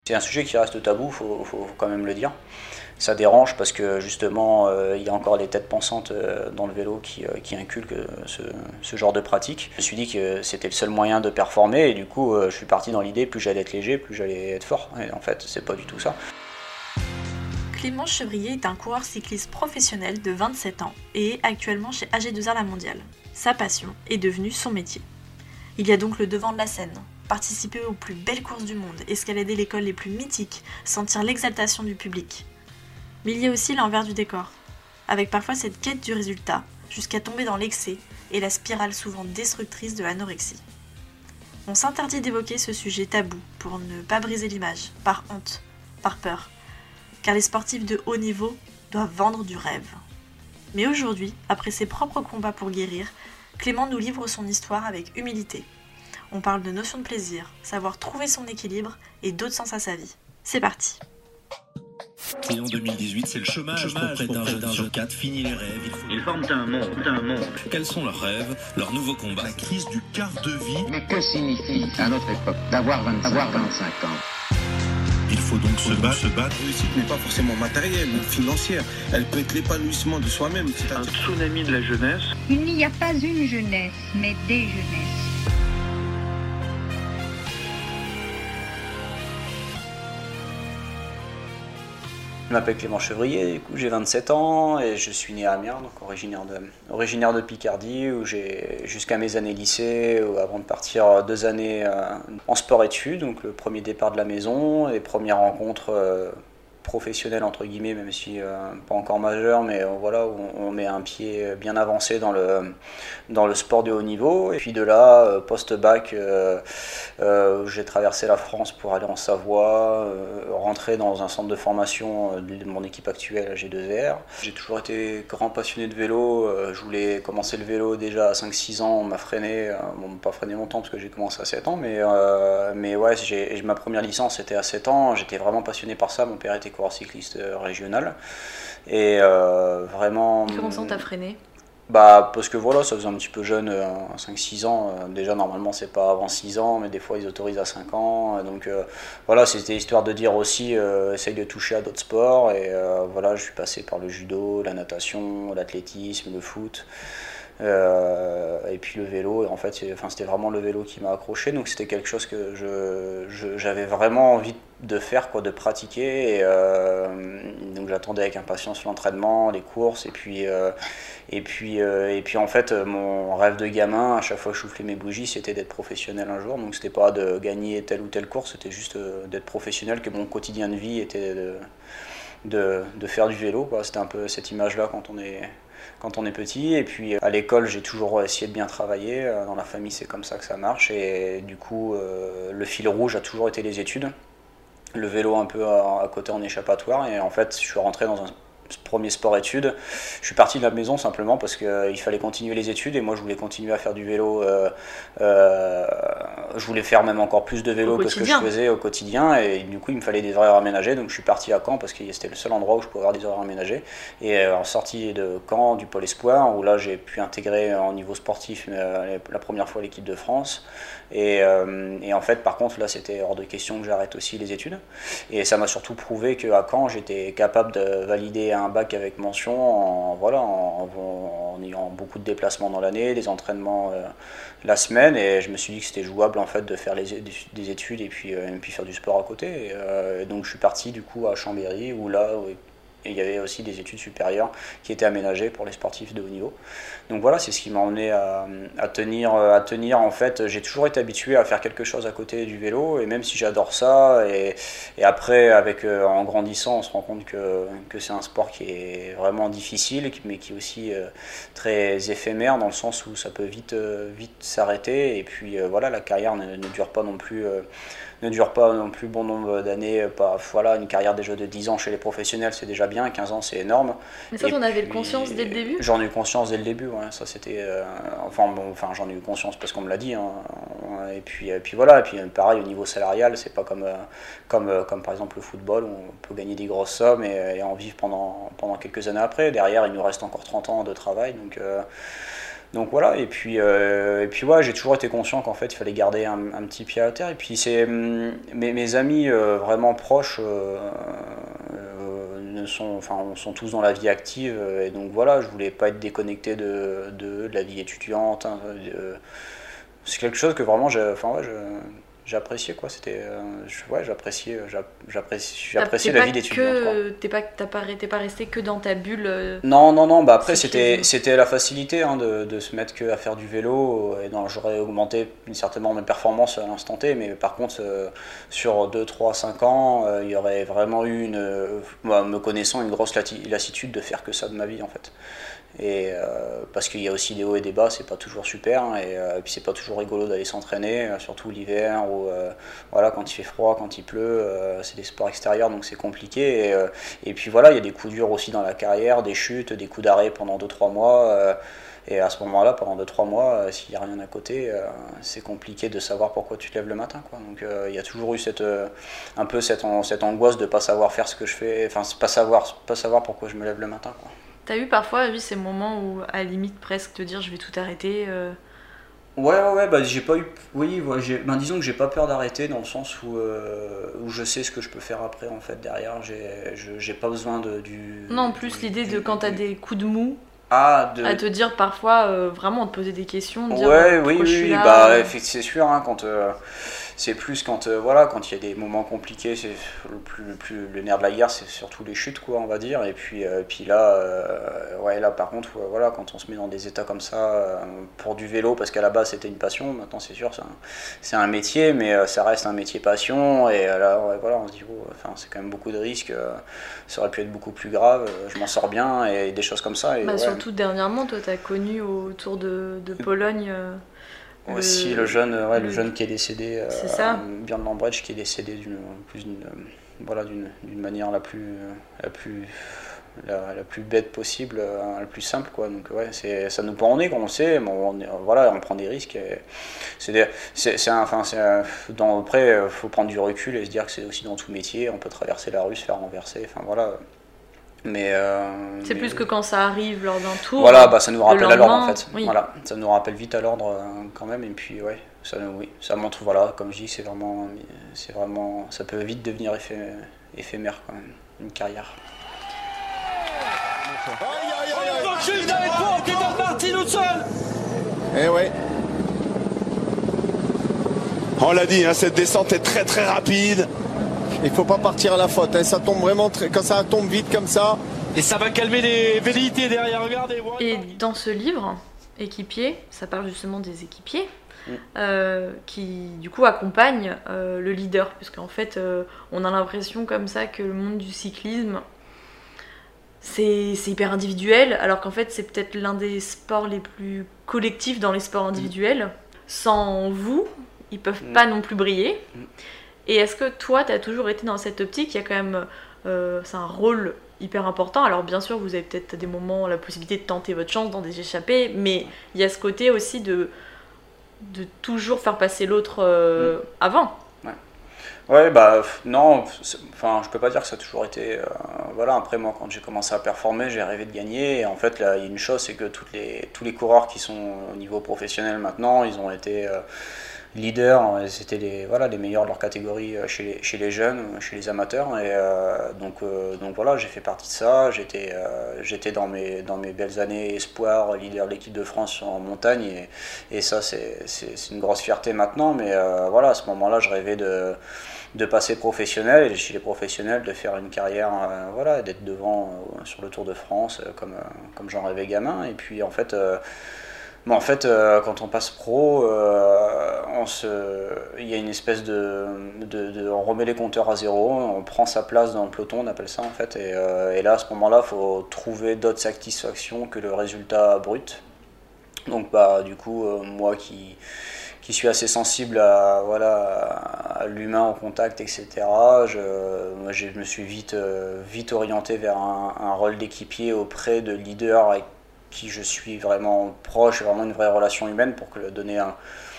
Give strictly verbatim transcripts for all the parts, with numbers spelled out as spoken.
C'est un sujet qui reste tabou, il faut, faut, faut quand même le dire. Ça dérange parce que justement euh, il y a encore des têtes pensantes euh, dans le vélo qui, euh, qui inculquent ce, ce genre de pratique. Je me suis dit que c'était le seul moyen de performer et du coup euh, je suis parti dans l'idée plus j'allais être léger, plus j'allais être fort. Et en fait c'est pas du tout ça. Clément Chevrier est un coureur cycliste professionnel de vingt-sept ans et est actuellement chez A G deux R La Mondiale. Sa passion est devenue son métier. Il y a donc le devant de la scène, participer aux plus belles courses du monde, escalader les cols les plus mythiques, sentir l'exaltation du public. Mais il y a aussi l'envers du décor, avec parfois cette quête du résultat, jusqu'à tomber dans l'excès et la spirale souvent destructrice de l'anorexie. On s'interdit d'évoquer ce sujet tabou pour ne pas briser l'image, par honte, par peur, car les sportifs de haut niveau doivent vendre du rêve. Mais aujourd'hui, après ses propres combats pour guérir, Clément nous livre son histoire avec humilité. On parle de notion de plaisir, savoir trouver son équilibre et d'autres sens à sa vie. C'est parti. Et en deux mille dix-huit, c'est le chômage, chômage pour près d'un jeune sur quatre, fini les rêves. Il faut... Ils forment un monde, un monde. Quels sont leurs rêves, leurs nouveaux combats? La crise du quart de vie. Mais que signifie, à notre époque, d'avoir vingt-cinq ans? Il faut donc se battre, se battre. La réussite n'est pas forcément matérielle ou financière. Elle peut être l'épanouissement de soi-même. C'est un tsunami de la jeunesse. Il n'y a pas une jeunesse, mais des jeunesses. Je m'appelle Clément Chevrier, du coup j'ai vingt-sept ans et je suis né à Amiens, donc originaire de, originaire de Picardie, où j'ai jusqu'à mes années lycée, avant de partir deux années en sport-études, donc le premier départ de la maison, les premières rencontres professionnelles entre guillemets, même si euh, pas encore majeur, mais euh, voilà, où on, on met un pied bien avancé dans le, dans le sport de haut niveau. Et puis de là, euh, post-bac, euh, euh, j'ai traversé la France pour aller en Savoie, euh, rentrer dans un centre de formation de mon équipe actuelle, A G deux R. J'ai toujours été grand passionné de vélo, euh, je voulais commencer le vélo déjà à cinq six ans, on m'a freiné, euh, bon pas freiné longtemps parce que j'ai commencé à sept ans, mais, euh, mais ouais, j'ai, ma première licence c'était à sept ans, j'étais vraiment passionné par ça, mon père était coureur cycliste régional et euh, vraiment... Comment ça on t'a freiné ? Bah parce que voilà, ça faisait un petit peu jeune, euh, cinq six ans, euh, déjà normalement c'est pas avant six ans, mais des fois ils autorisent à cinq ans, euh, donc euh, voilà, c'était histoire de dire aussi, euh, essaye de toucher à d'autres sports, et euh, voilà, je suis passé par le judo, la natation, l'athlétisme, le foot, euh, et puis le vélo, et en fait c'est, enfin, c'était vraiment le vélo qui m'a accroché, donc c'était quelque chose que je, je, j'avais vraiment envie de faire, quoi, de pratiquer, et euh, donc j'attendais avec impatience l'entraînement, les courses, et puis... Euh, Et puis, euh, et puis en fait, mon rêve de gamin, à chaque fois que je soufflais mes bougies, c'était d'être professionnel un jour. Donc c'était pas de gagner telle ou telle course, c'était juste euh, d'être professionnel, que mon quotidien de vie était de, de, de faire du vélo, quoi. C'était un peu cette image-là quand on est, quand on est petit. Et puis à l'école, j'ai toujours essayé de bien travailler. Dans la famille, c'est comme ça que ça marche. Et du coup, euh, le fil rouge a toujours été les études. Le vélo un peu à, à côté en échappatoire. Et en fait, je suis rentré dans un premier sport-études. Je suis parti de la maison simplement parce qu'il euh, fallait continuer les études et moi je voulais continuer à faire du vélo. Euh, euh, je voulais faire même encore plus de vélo que ce que je faisais au quotidien et du coup il me fallait des horaires aménagés, donc je suis parti à Caen parce que c'était le seul endroit où je pouvais avoir des horaires aménagés. Et euh, en sortie de Caen, du Pôle Espoir, où là j'ai pu intégrer en niveau sportif euh, la première fois l'équipe de France. Et, euh, et en fait par contre là c'était hors de question que j'arrête aussi les études. Et ça m'a surtout prouvé qu'à Caen j'étais capable de valider un bac avec mention en, voilà, en, en, en ayant beaucoup de déplacements dans l'année, des entraînements euh, la semaine, et je me suis dit que c'était jouable en fait de faire les, des, des études et puis, euh, et puis faire du sport à côté. Et, euh, et donc je suis parti du coup à Chambéry où là où, et il y avait aussi des études supérieures qui étaient aménagées pour les sportifs de haut niveau. Donc voilà, c'est ce qui m'a emmené à, à, tenir, à tenir. En fait, j'ai toujours été habitué à faire quelque chose à côté du vélo, et même si j'adore ça, et, et après, avec, euh, en grandissant, on se rend compte que, que c'est un sport qui est vraiment difficile, mais qui est aussi euh, très éphémère, dans le sens où ça peut vite, euh, vite s'arrêter, et puis euh, voilà, la carrière ne, ne dure pas non plus... Euh, ne dure pas non plus bon nombre d'années. Pas, voilà, une carrière déjà de dix ans chez les professionnels, c'est déjà bien, quinze ans c'est énorme. Mais ça, t'en avais conscience dès le début ? J'en ai eu conscience dès le début, ouais, ça c'était... Euh, enfin, bon, enfin, j'en ai eu conscience parce qu'on me l'a dit. Hein, et, puis, et puis voilà, et puis pareil, au niveau salarial, c'est pas comme, euh, comme, euh, comme par exemple le football, où on peut gagner des grosses sommes et, et en vivre pendant, pendant quelques années après. Derrière, il nous reste encore trente ans de travail, donc... Euh, Donc voilà, et puis, euh, et puis ouais, j'ai toujours été conscient qu'en fait il fallait garder un, un petit pied à terre. Et puis c'est mes, mes amis euh, vraiment proches euh, euh, sont, enfin, sont tous dans la vie active, et donc voilà, je voulais pas être déconnecté de, de, de la vie étudiante. Hein, de, c'est quelque chose que vraiment j'ai, enfin ouais, je, j'appréciais quoi. C'était, euh, je, ouais, j'appréciais, j'appréciais, j'appréciais la vie d'étudiante. T'es pas, t'as pas, t'es pas resté que dans ta bulle. Euh, non, non, non. Bah après, c'était, c'était la facilité hein, de, de se mettre que à faire du vélo. Et non, j'aurais augmenté certainement mes performances à l'instant T, mais par contre, euh, sur deux, trois, cinq ans, euh, il y aurait vraiment eu une, euh, moi, me connaissant, une grosse lassitude de faire que ça de ma vie en fait. Et euh, parce qu'il y a aussi des hauts et des bas, c'est pas toujours super, hein, et, euh, et puis c'est pas toujours rigolo d'aller s'entraîner, euh, surtout l'hiver ou euh, voilà, quand il fait froid, quand il pleut, euh, c'est des sports extérieurs donc c'est compliqué. Et, euh, et puis voilà, il y a des coups durs aussi dans la carrière, des chutes, des coups d'arrêt pendant deux trois mois. Euh, et à ce moment-là, pendant deux trois mois, euh, s'il n'y a rien à côté, euh, c'est compliqué de savoir pourquoi tu te lèves le matin, quoi. Donc euh, il y a toujours eu cette, euh, un peu cette, cette angoisse de pas savoir faire ce que je fais, enfin pas savoir, pas savoir pourquoi je me lève le matin, quoi. T'as eu parfois, oui, ces moments où, à la limite, presque te dire je vais tout arrêter euh... Ouais, ouais, ouais, bah j'ai pas eu. Oui, ouais, j'ai, ben, disons que j'ai pas peur d'arrêter dans le sens où, euh, où je sais ce que je peux faire après en fait derrière. J'ai, je, j'ai pas besoin de, du. Non, plus du, l'idée du, de quand t'as du... des coups de mou. Ah, de... À te dire parfois, euh, vraiment, te poser des questions. De dire, ouais, euh, oui, oui, je suis là, bah, euh... c'est sûr, hein, quand. Euh... C'est plus quand euh, voilà, quand il y a des moments compliqués, c'est le plus, le plus le nerf de la guerre, c'est surtout les chutes quoi, on va dire. Et puis euh, puis là, euh, ouais là par contre, ouais, voilà, quand on se met dans des états comme ça euh, pour du vélo, parce qu'à la base c'était une passion, maintenant c'est sûr, c'est un, c'est un métier, mais euh, ça reste un métier passion. Et euh, là, ouais, voilà, on se dit, oh, enfin c'est quand même beaucoup de risques. Euh, ça aurait pu être beaucoup plus grave. Euh, je m'en sors bien et des choses comme ça. Et, bah, ouais. Surtout dernièrement, toi, t'as connu au Tour de, de Pologne. Euh... Aussi le, le jeune, ouais, le, le jeune qui est décédé, euh, Björn Lambrecht qui est décédé d'une, plus d'une, voilà, d'une, d'une manière la plus, la plus, la, la plus bête possible, euh, la plus simple quoi. Donc ouais, c'est, ça nous prend en nez, on le sait, mais on, voilà, on prend des risques. Et c'est, des, c'est, c'est, un, enfin, c'est un, dans, après, faut prendre du recul et se dire que c'est aussi dans tout métier, on peut traverser la rue, se faire renverser, enfin voilà. Mais euh, c'est mais, plus que quand ça arrive lors d'un tour. Voilà, bah, ça nous rappelle lendemain, à l'ordre en fait. Oui. Voilà, ça nous rappelle vite à l'ordre euh, quand même. Et puis ouais, ça, oui, ça montre, voilà, comme je dis, c'est vraiment, c'est vraiment, ça peut vite devenir effé, éphémère quand même, une carrière. Eh ouais. On l'a dit, hein, cette descente est très très rapide. Il faut pas partir à la faute, hein. Ça tombe vraiment très... quand ça tombe vite comme ça. Et ça va calmer les velléités derrière, regardez. Et dans ce livre, Équipier, ça parle justement des équipiers mmh. euh, qui du coup accompagnent euh, le leader, puisqu'en fait euh, on a l'impression comme ça que le monde du cyclisme c'est, c'est hyper individuel, alors qu'en fait c'est peut-être l'un des sports les plus collectifs dans les sports individuels. Mmh. Sans vous, ils peuvent mmh. pas non plus briller. Mmh. Et est-ce que toi, tu as toujours été dans cette optique ? Il y a quand même, euh, c'est un rôle hyper important. Alors bien sûr, vous avez peut-être des moments la possibilité de tenter votre chance dans des échappées, mais il y a ce côté aussi de, de toujours faire passer l'autre euh, mmh. avant. Ouais. Ouais, bah non, enfin je peux pas dire que ça a toujours été. Euh, voilà, après moi quand j'ai commencé à performer, j'ai rêvé de gagner. Et en fait, là, il y a une chose, c'est que toutes les, tous les coureurs qui sont au niveau professionnel maintenant, ils ont été euh, leaders, c'était les, voilà, les meilleurs de leur catégorie chez les, chez les jeunes, chez les amateurs. Et euh, donc, euh, donc voilà, j'ai fait partie de ça. J'étais, euh, j'étais dans, mes, dans mes belles années espoir, leader de l'équipe de France en montagne. Et, et ça, c'est, c'est, c'est une grosse fierté maintenant. Mais euh, voilà, à ce moment-là, je rêvais de, de passer professionnel. Et chez les professionnels, de faire une carrière, euh, voilà, d'être devant euh, sur le Tour de France, euh, comme, euh, comme j'en rêvais gamin. Et puis en fait... Euh, Bon, en fait, euh, quand on passe pro, euh, on se, il y a une espèce de, de, de, on remet les compteurs à zéro, on prend sa place dans le peloton, on appelle ça en fait, et, euh, et là, à ce moment-là, il faut trouver d'autres satisfactions que le résultat brut. Donc, bah, du coup, euh, moi qui, qui suis assez sensible à, voilà, à l'humain, au contact, et cetera, je, moi, je me suis vite, euh, vite orienté vers un, un rôle d'équipier auprès de leaders avec qui je suis vraiment proche, vraiment une vraie relation humaine pour que donner un,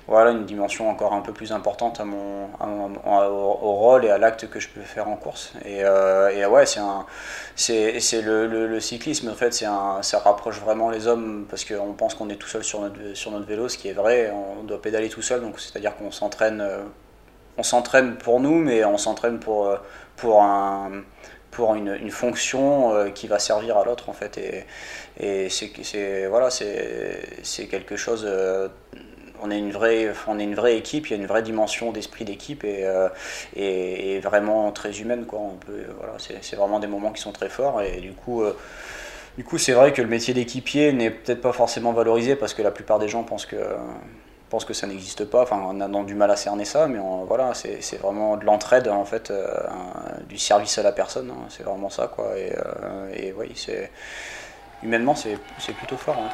voilà, une dimension encore un peu plus importante à mon, à mon à, au, au rôle et à l'acte que je peux faire en course. Et, euh, et ouais, c'est un, c'est, c'est le, le, le cyclisme en fait, c'est un, ça rapproche vraiment les hommes parce qu'on pense qu'on est tout seul sur notre, sur notre vélo, ce qui est vrai. On doit pédaler tout seul, donc c'est-à-dire qu'on s'entraîne, on s'entraîne pour nous, mais on s'entraîne pour pour un pour une, une fonction euh, qui va servir à l'autre en fait, et, et c'est, c'est, voilà, c'est, c'est quelque chose, euh, on, est une vraie, on est une vraie équipe, il y a une vraie dimension d'esprit d'équipe et, euh, et, et vraiment très humaine quoi. On peut, voilà, c'est, c'est vraiment des moments qui sont très forts et du coup, euh, du coup c'est vrai que le métier d'équipier n'est peut-être pas forcément valorisé parce que la plupart des gens pensent que pense que ça n'existe pas, enfin on a donc du mal à cerner ça, mais on, voilà, c'est, c'est vraiment de l'entraide en fait, euh, du service à la personne, hein, c'est vraiment ça quoi, et, euh, et oui, c'est, humainement c'est, c'est plutôt fort. Hein.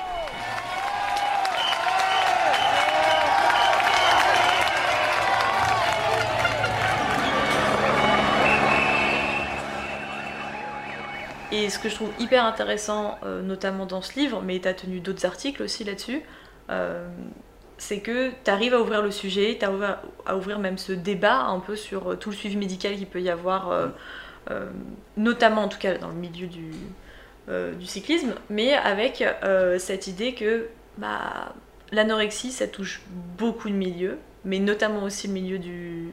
Et ce que je trouve hyper intéressant, euh, notamment dans ce livre, mais tu as tenu d'autres articles aussi là-dessus, euh, c'est que tu arrives à ouvrir le sujet, tu arrives à ouvrir même ce débat un peu sur tout le suivi médical qu'il peut y avoir, euh, euh, notamment en tout cas dans le milieu du, euh, du cyclisme, mais avec euh, cette idée que bah, l'anorexie, ça touche beaucoup de milieux, mais notamment aussi le milieu du,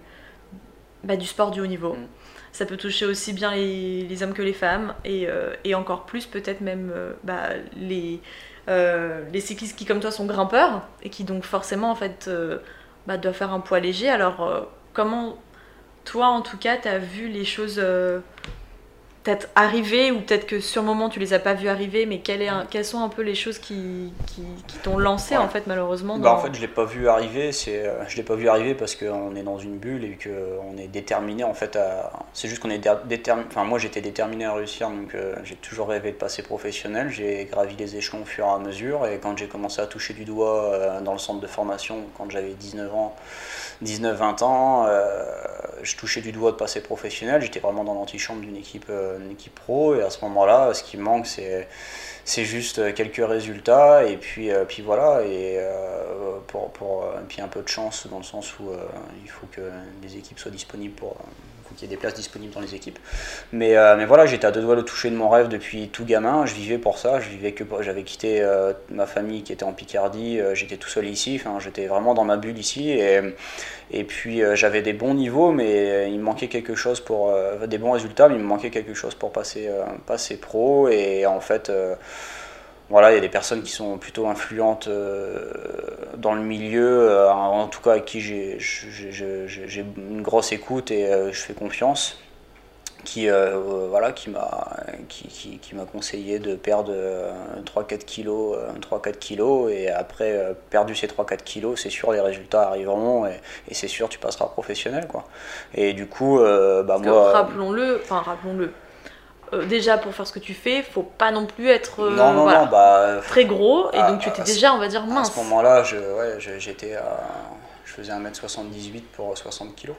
bah, du sport du haut niveau. Mmh. Ça peut toucher aussi bien les, les hommes que les femmes, et, euh, et encore plus peut-être même euh, bah, les... Euh, les cyclistes qui comme toi sont grimpeurs et qui donc forcément en fait euh, bah, doivent faire un poids léger. Alors euh, comment toi en tout cas t'as vu les choses euh, peut-être arriver, ou peut-être que sur le moment tu les as pas vues arriver, mais quelle est un, quelles sont un peu les choses qui, qui, qui t'ont lancé ouais. en fait malheureusement dans... bah, en fait je l'ai pas vu arriver, c'est, euh, je l'ai pas vu arriver parce qu'on est dans une bulle et qu'on est déterminé en fait à... c'est juste qu'on est déterminé, enfin moi j'étais déterminé à réussir, donc euh, j'ai toujours rêvé de passer professionnel, j'ai gravi les échelons au fur et à mesure, et quand j'ai commencé à toucher du doigt euh, dans le centre de formation quand j'avais dix-neuf ans, dix-neuf vingt ans, euh, je touchais du doigt de passer professionnel, j'étais vraiment dans l'antichambre d'une équipe, euh, une équipe pro, et à ce moment-là, ce qui me manque, c'est, c'est juste quelques résultats, et puis, euh, puis voilà, et, euh, pour, pour, et puis un peu de chance, dans le sens où euh, il faut que les équipes soient disponibles pour... Il faut qu'il y ait des places disponibles dans les équipes. Mais, euh, mais voilà, j'étais à deux doigts de toucher de mon rêve depuis tout gamin, je vivais pour ça, je vivais que, j'avais quitté euh, ma famille qui était en Picardie, euh, j'étais tout seul ici, enfin, j'étais vraiment dans ma bulle ici, et, et puis euh, j'avais des bons niveaux, mais il me manquait quelque chose pour... Euh, des bons résultats, mais il me manquait quelque chose pour passer, euh, passer pro, et en fait... Euh, Voilà, il y a des personnes qui sont plutôt influentes euh, dans le milieu, euh, en tout cas avec qui j'ai, j'ai, j'ai, j'ai une grosse écoute et euh, je fais confiance, qui, euh, voilà, qui, m'a, qui, qui, qui m'a conseillé de perdre euh, trois à quatre kilos, euh, trois à quatre kilos, et après, euh, perdu ces trois à quatre kilos, c'est sûr les résultats arriveront, et, et c'est sûr tu passeras professionnel, quoi. Et du coup, euh, bah, Parce moi... Que, rappelons-le, enfin rappelons-le, Euh, déjà pour faire ce que tu fais, faut pas non plus être euh, non, non, voilà, non, bah, très gros, et à, donc tu étais à, déjà on va dire mince. À ce moment-là, je, ouais, je, j'étais à, je faisais un mètre soixante-dix-huit pour soixante kilos.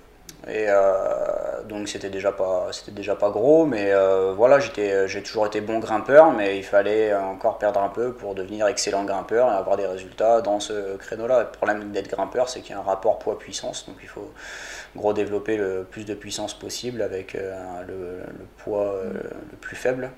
Et euh, donc c'était déjà pas, c'était déjà pas gros, mais euh, voilà, j'étais, j'ai toujours été bon grimpeur, mais il fallait encore perdre un peu pour devenir excellent grimpeur et avoir des résultats dans ce créneau-là. Le problème d'être grimpeur, c'est qu'il y a un rapport poids-puissance, donc il faut gros développer le plus de puissance possible avec euh, le, le poids euh, le plus faible.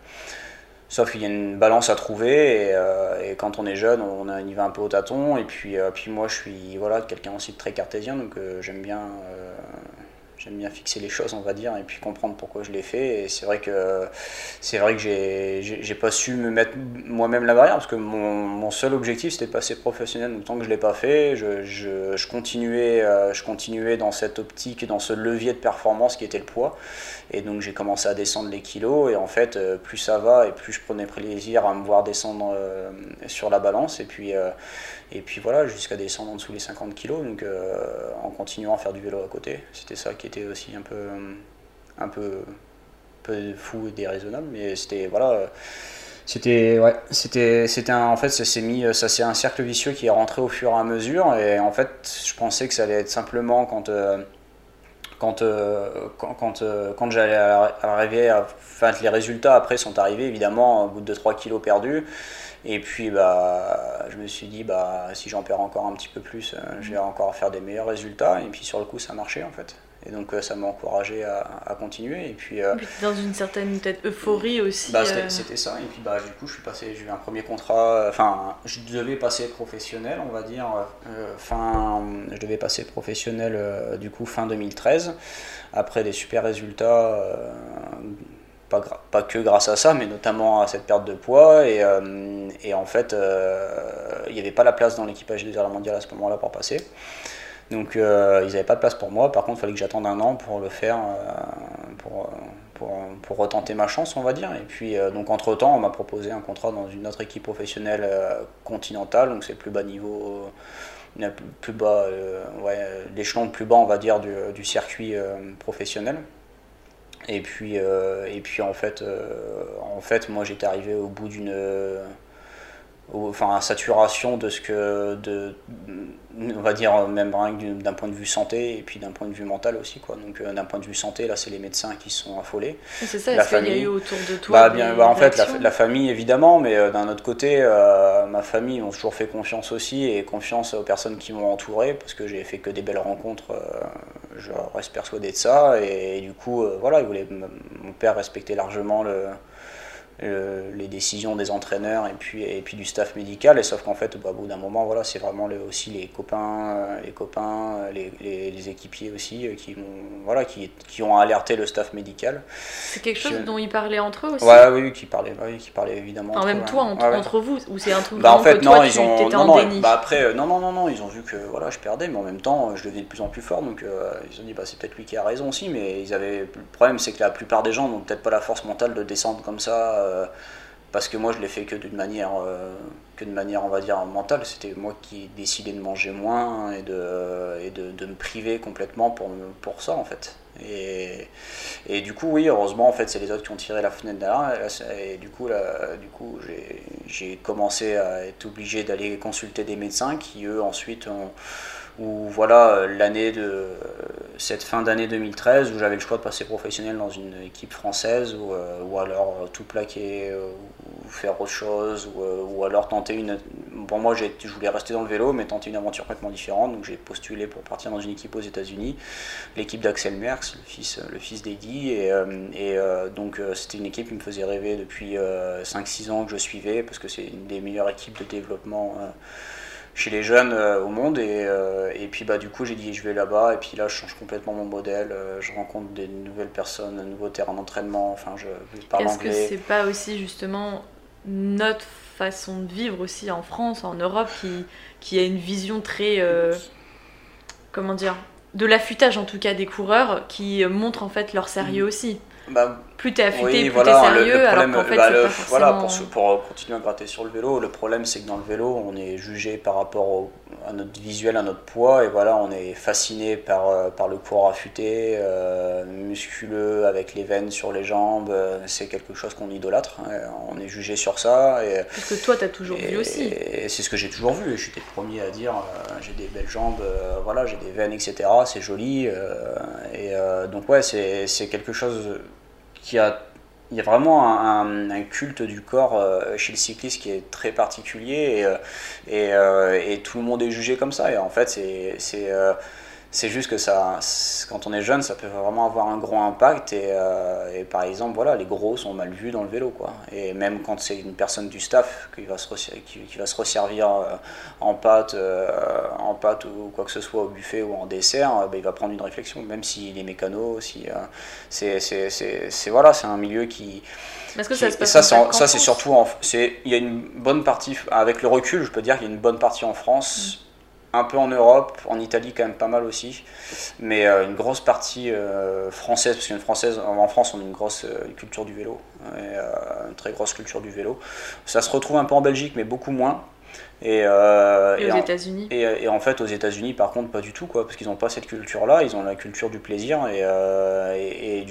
Sauf qu'il y a une balance à trouver, et, euh, et quand on est jeune, on, on y va un peu au tâton, et puis, euh, puis moi je suis voilà, quelqu'un aussi de très cartésien, donc euh, j'aime bien... Euh, J'aime bien fixer les choses, on va dire, et puis comprendre pourquoi je l'ai fait. Et c'est vrai que, c'est vrai que j'ai, j'ai, j'ai pas su me mettre moi-même la barrière, parce que mon, mon seul objectif, c'était de passer professionnel. Donc tant que je l'ai pas fait, je, je, je, continuais, je continuais dans cette optique, dans ce levier de performance qui était le poids. Et donc j'ai commencé à descendre les kilos, et en fait, plus ça va, et plus je prenais plaisir à me voir descendre euh, sur la balance. Et puis, euh, et puis voilà, jusqu'à descendre en dessous les cinquante kilos, donc euh, en continuant à faire du vélo à côté. C'était ça qui était aussi un peu, un peu, un peu fou et déraisonnable, mais c'était voilà, c'était ouais, c'était, c'était un, en fait ça s'est mis, ça c'est un cercle vicieux qui est rentré au fur et à mesure, et en fait je pensais que ça allait être simplement quand euh, quand, euh, quand, quand, euh, quand j'allais arriver à, enfin les résultats après sont arrivés évidemment au bout de deux trois kilos perdus. Et puis bah, je me suis dit bah, si j'en perds encore un petit peu plus, euh, je vais encore faire des meilleurs résultats. Et puis sur le coup ça marchait en fait. Et donc euh, ça m'a encouragé à, à continuer. Et puis, euh, et puis dans une certaine peut-être euphorie aussi. Bah, c'était, euh... c'était ça. Et puis bah, du coup je suis passé, j'ai eu un premier contrat, enfin je devais passer professionnel on va dire, euh, fin, je devais passer professionnel euh, du coup fin deux mille treize, après des super résultats. Euh, Pas, gra- pas que grâce à ça, mais notamment à cette perte de poids. Et, euh, et en fait, euh, il n'y avait pas la place dans l'équipage des Jeux mondial à ce moment-là pour passer. Donc euh, ils n'avaient pas de place pour moi. Par contre, il fallait que j'attende un an pour le faire, euh, pour, pour, pour retenter ma chance, on va dire. Et puis, euh, donc entre-temps, on m'a proposé un contrat dans une autre équipe professionnelle euh, continentale. Donc c'est le plus bas niveau, euh, le plus bas, euh, ouais, l'échelon le plus bas, on va dire, du, du circuit euh, professionnel. Et puis, euh, et puis en fait, euh, en fait, moi j'étais arrivé au bout d'une, euh, au, enfin, à saturation de ce que, de, on va dire même rien que d'un point de vue santé et puis d'un point de vue mental aussi quoi. Donc euh, d'un point de vue santé, là c'est les médecins qui sont affolés. Et c'est ça. La est-ce famille, qu'il y a eu autour de toi bah, bien, bah, en fait la, réactions la famille évidemment, mais euh, d'un autre côté, euh, ma famille m'ont toujours fait confiance aussi et confiance aux personnes qui m'ont entouré parce que j'ai fait que des belles rencontres. Euh, je reste persuadé de ça et, et du coup euh, voilà, il voulait, mon père respectait largement le, le, les décisions des entraîneurs et puis, et puis du staff médical, et sauf qu'en fait bah, au bout d'un moment voilà, c'est vraiment le, aussi les copains, les, copains les, les, les équipiers aussi qui, ont, voilà, qui, qui ont alerté le staff médical. C'est quelque chose qui, dont ils parlaient entre eux aussi. Ouais, oui, qui parlaient, oui, qui parlaient évidemment. En entre même eux, toi, ouais. entre, Ouais, ouais. entre vous, ou c'est un truc bah, en fait, que non, toi, ils tu ont, étais non, en non, déni. bah après, euh, non, non, non, non, ils ont vu que voilà, je perdais, mais en même temps, je devenais de plus en plus fort, donc euh, ils ont dit, bah c'est peut-être lui qui a raison aussi, mais ils avaient, le problème, c'est que la plupart des gens n'ont peut-être pas la force mentale de descendre comme ça, euh, parce que moi, je l'ai fait que d'une manière, euh, que de manière, on va dire, mentale. C'était moi qui décidais de manger moins et de, et de, de me priver complètement pour, pour ça, en fait. Et, et du coup, oui, heureusement, en fait, c'est les autres qui ont tiré la fenêtre derrière. Et, et du coup, là, du coup j'ai, j'ai commencé à être obligé d'aller consulter des médecins qui, eux, ensuite ont... Où voilà, l'année de cette fin d'année deux mille treize où j'avais le choix de passer professionnel dans une équipe française ou, euh, ou alors tout plaquer euh, ou faire autre chose ou, euh, ou alors tenter une... Bon, moi j'ai, je voulais rester dans le vélo mais tenter une aventure complètement différente, donc j'ai postulé pour partir dans une équipe aux États-Unis, l'équipe d'Axel Merckx, le fils, le fils d'Eddie, et, euh, et euh, donc euh, c'était une équipe qui me faisait rêver depuis euh, cinq six ans que je suivais parce que c'est une des meilleures équipes de développement euh, chez les jeunes euh, au monde, et, euh, et puis bah, du coup j'ai dit je vais là-bas, et puis là je change complètement mon modèle, euh, je rencontre des nouvelles personnes, un nouveau terrain d'entraînement, enfin je, je parle Est-ce anglais. Est-ce que c'est pas aussi justement notre façon de vivre aussi en France, en Europe, qui, qui a une vision très, euh, comment dire, de l'affûtage en tout cas des coureurs, qui montrent en fait leur sérieux aussi. Bah, plus t'es affûté, oui, plus voilà, t'es sérieux, le, le problème, alors qu'en fait bah, c'est le, pas forcément... voilà, pour, pour continuer à gratter sur le vélo, le problème c'est que dans le vélo on est jugé par rapport au, à notre visuel, à notre poids, et voilà, on est fasciné par, par le coureur affûté, euh, musculeux, avec les veines sur les jambes, c'est quelque chose qu'on idolâtre, on est jugé sur ça. Et, parce que toi t'as toujours et, vu aussi. Et c'est ce que j'ai toujours vu, j'étais le premier à dire euh, j'ai des belles jambes, euh, voilà, j'ai des veines, et cetera, c'est joli, euh, et euh, donc ouais, c'est, c'est quelque chose... Qui a, il y a vraiment un, un, un culte du corps euh, chez le cycliste qui est très particulier, et, et, euh, et tout le monde est jugé comme ça, et en fait c'est, c'est, euh, c'est juste que ça, quand on est jeune, ça peut vraiment avoir un gros impact, et, euh, et par exemple voilà, les gros sont mal vus dans le vélo, quoi. Et même quand c'est une personne du staff qui va se, qui, qui va se resservir euh, en pâte, euh, en pâte ou quoi que ce soit au buffet ou en dessert, euh, bah, il va prendre une réflexion, même s'il est mécano, si, euh, c'est, c'est, c'est, c'est, voilà, c'est un milieu qui... Est-ce que qui, ça se passe ça, c'est, en, ça c'est surtout en, c'est, il y a une bonne partie, avec le recul je peux dire qu'il y a une bonne partie en France, mmh. Un peu en Europe, en Italie quand même pas mal aussi, mais euh, une grosse partie euh, française, parce qu'une française, en France on a une grosse euh, culture du vélo, et, euh, une très grosse culture du vélo. Ça se retrouve un peu en Belgique, mais beaucoup moins. Et, euh, et, et aux en, États-Unis. Et, et en fait aux États-Unis par contre pas du tout, quoi, parce qu'ils n'ont pas cette culture-là, ils ont la culture du plaisir, et, euh, et, et du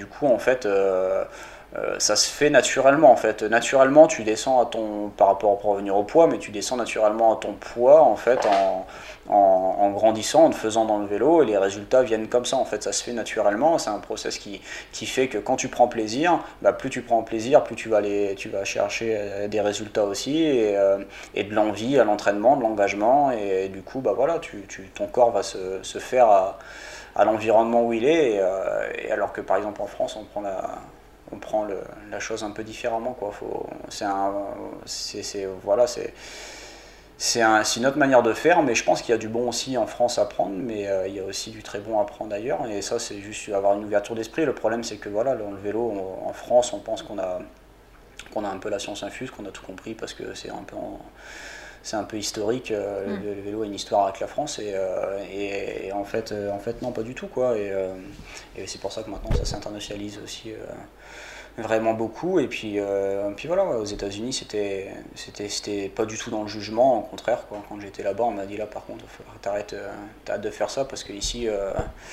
coup, en fait, euh, euh, ça se fait naturellement. En fait, naturellement, tu descends à ton, par rapport pour revenir au poids, mais tu descends naturellement à ton poids, en fait, en, en, en grandissant, en te faisant dans le vélo, et les résultats viennent comme ça. En fait, ça se fait naturellement. C'est un process qui, qui fait que quand tu prends plaisir, bah, plus tu prends plaisir, plus tu vas aller, tu vas chercher des résultats aussi, et, euh, et de l'envie à l'entraînement, de l'engagement, et, et du coup, bah voilà, tu, tu, ton corps va se, se faire à, à l'environnement où il est, et, euh, et alors que par exemple en France, on prend la on prend le, la chose un peu différemment, quoi. Faut, c'est un, c'est, c'est, voilà, c'est, c'est, un, c'est une autre manière de faire, mais je pense qu'il y a du bon aussi en France à prendre, mais euh, il y a aussi du très bon à prendre ailleurs, et ça c'est juste avoir une ouverture d'esprit. Le problème c'est que voilà, le, le vélo on, en France, on pense qu'on a, qu'on a un peu la science infuse, qu'on a tout compris parce que c'est un peu en, c'est un peu historique, euh, mmh. le, le vélo a une histoire avec la France, et, euh, et, et en, fait, euh, en fait non, pas du tout, quoi. Et, euh, et c'est pour ça que maintenant ça s'internationalise aussi euh, vraiment beaucoup. Et puis, euh, puis voilà, ouais, aux États-Unis c'était, c'était, c'était pas du tout dans le jugement, au contraire, quoi. Quand j'étais là-bas, on m'a dit là par contre, il faut que t'arrêtes, euh, t'arrêtes de faire ça parce que ici. Euh,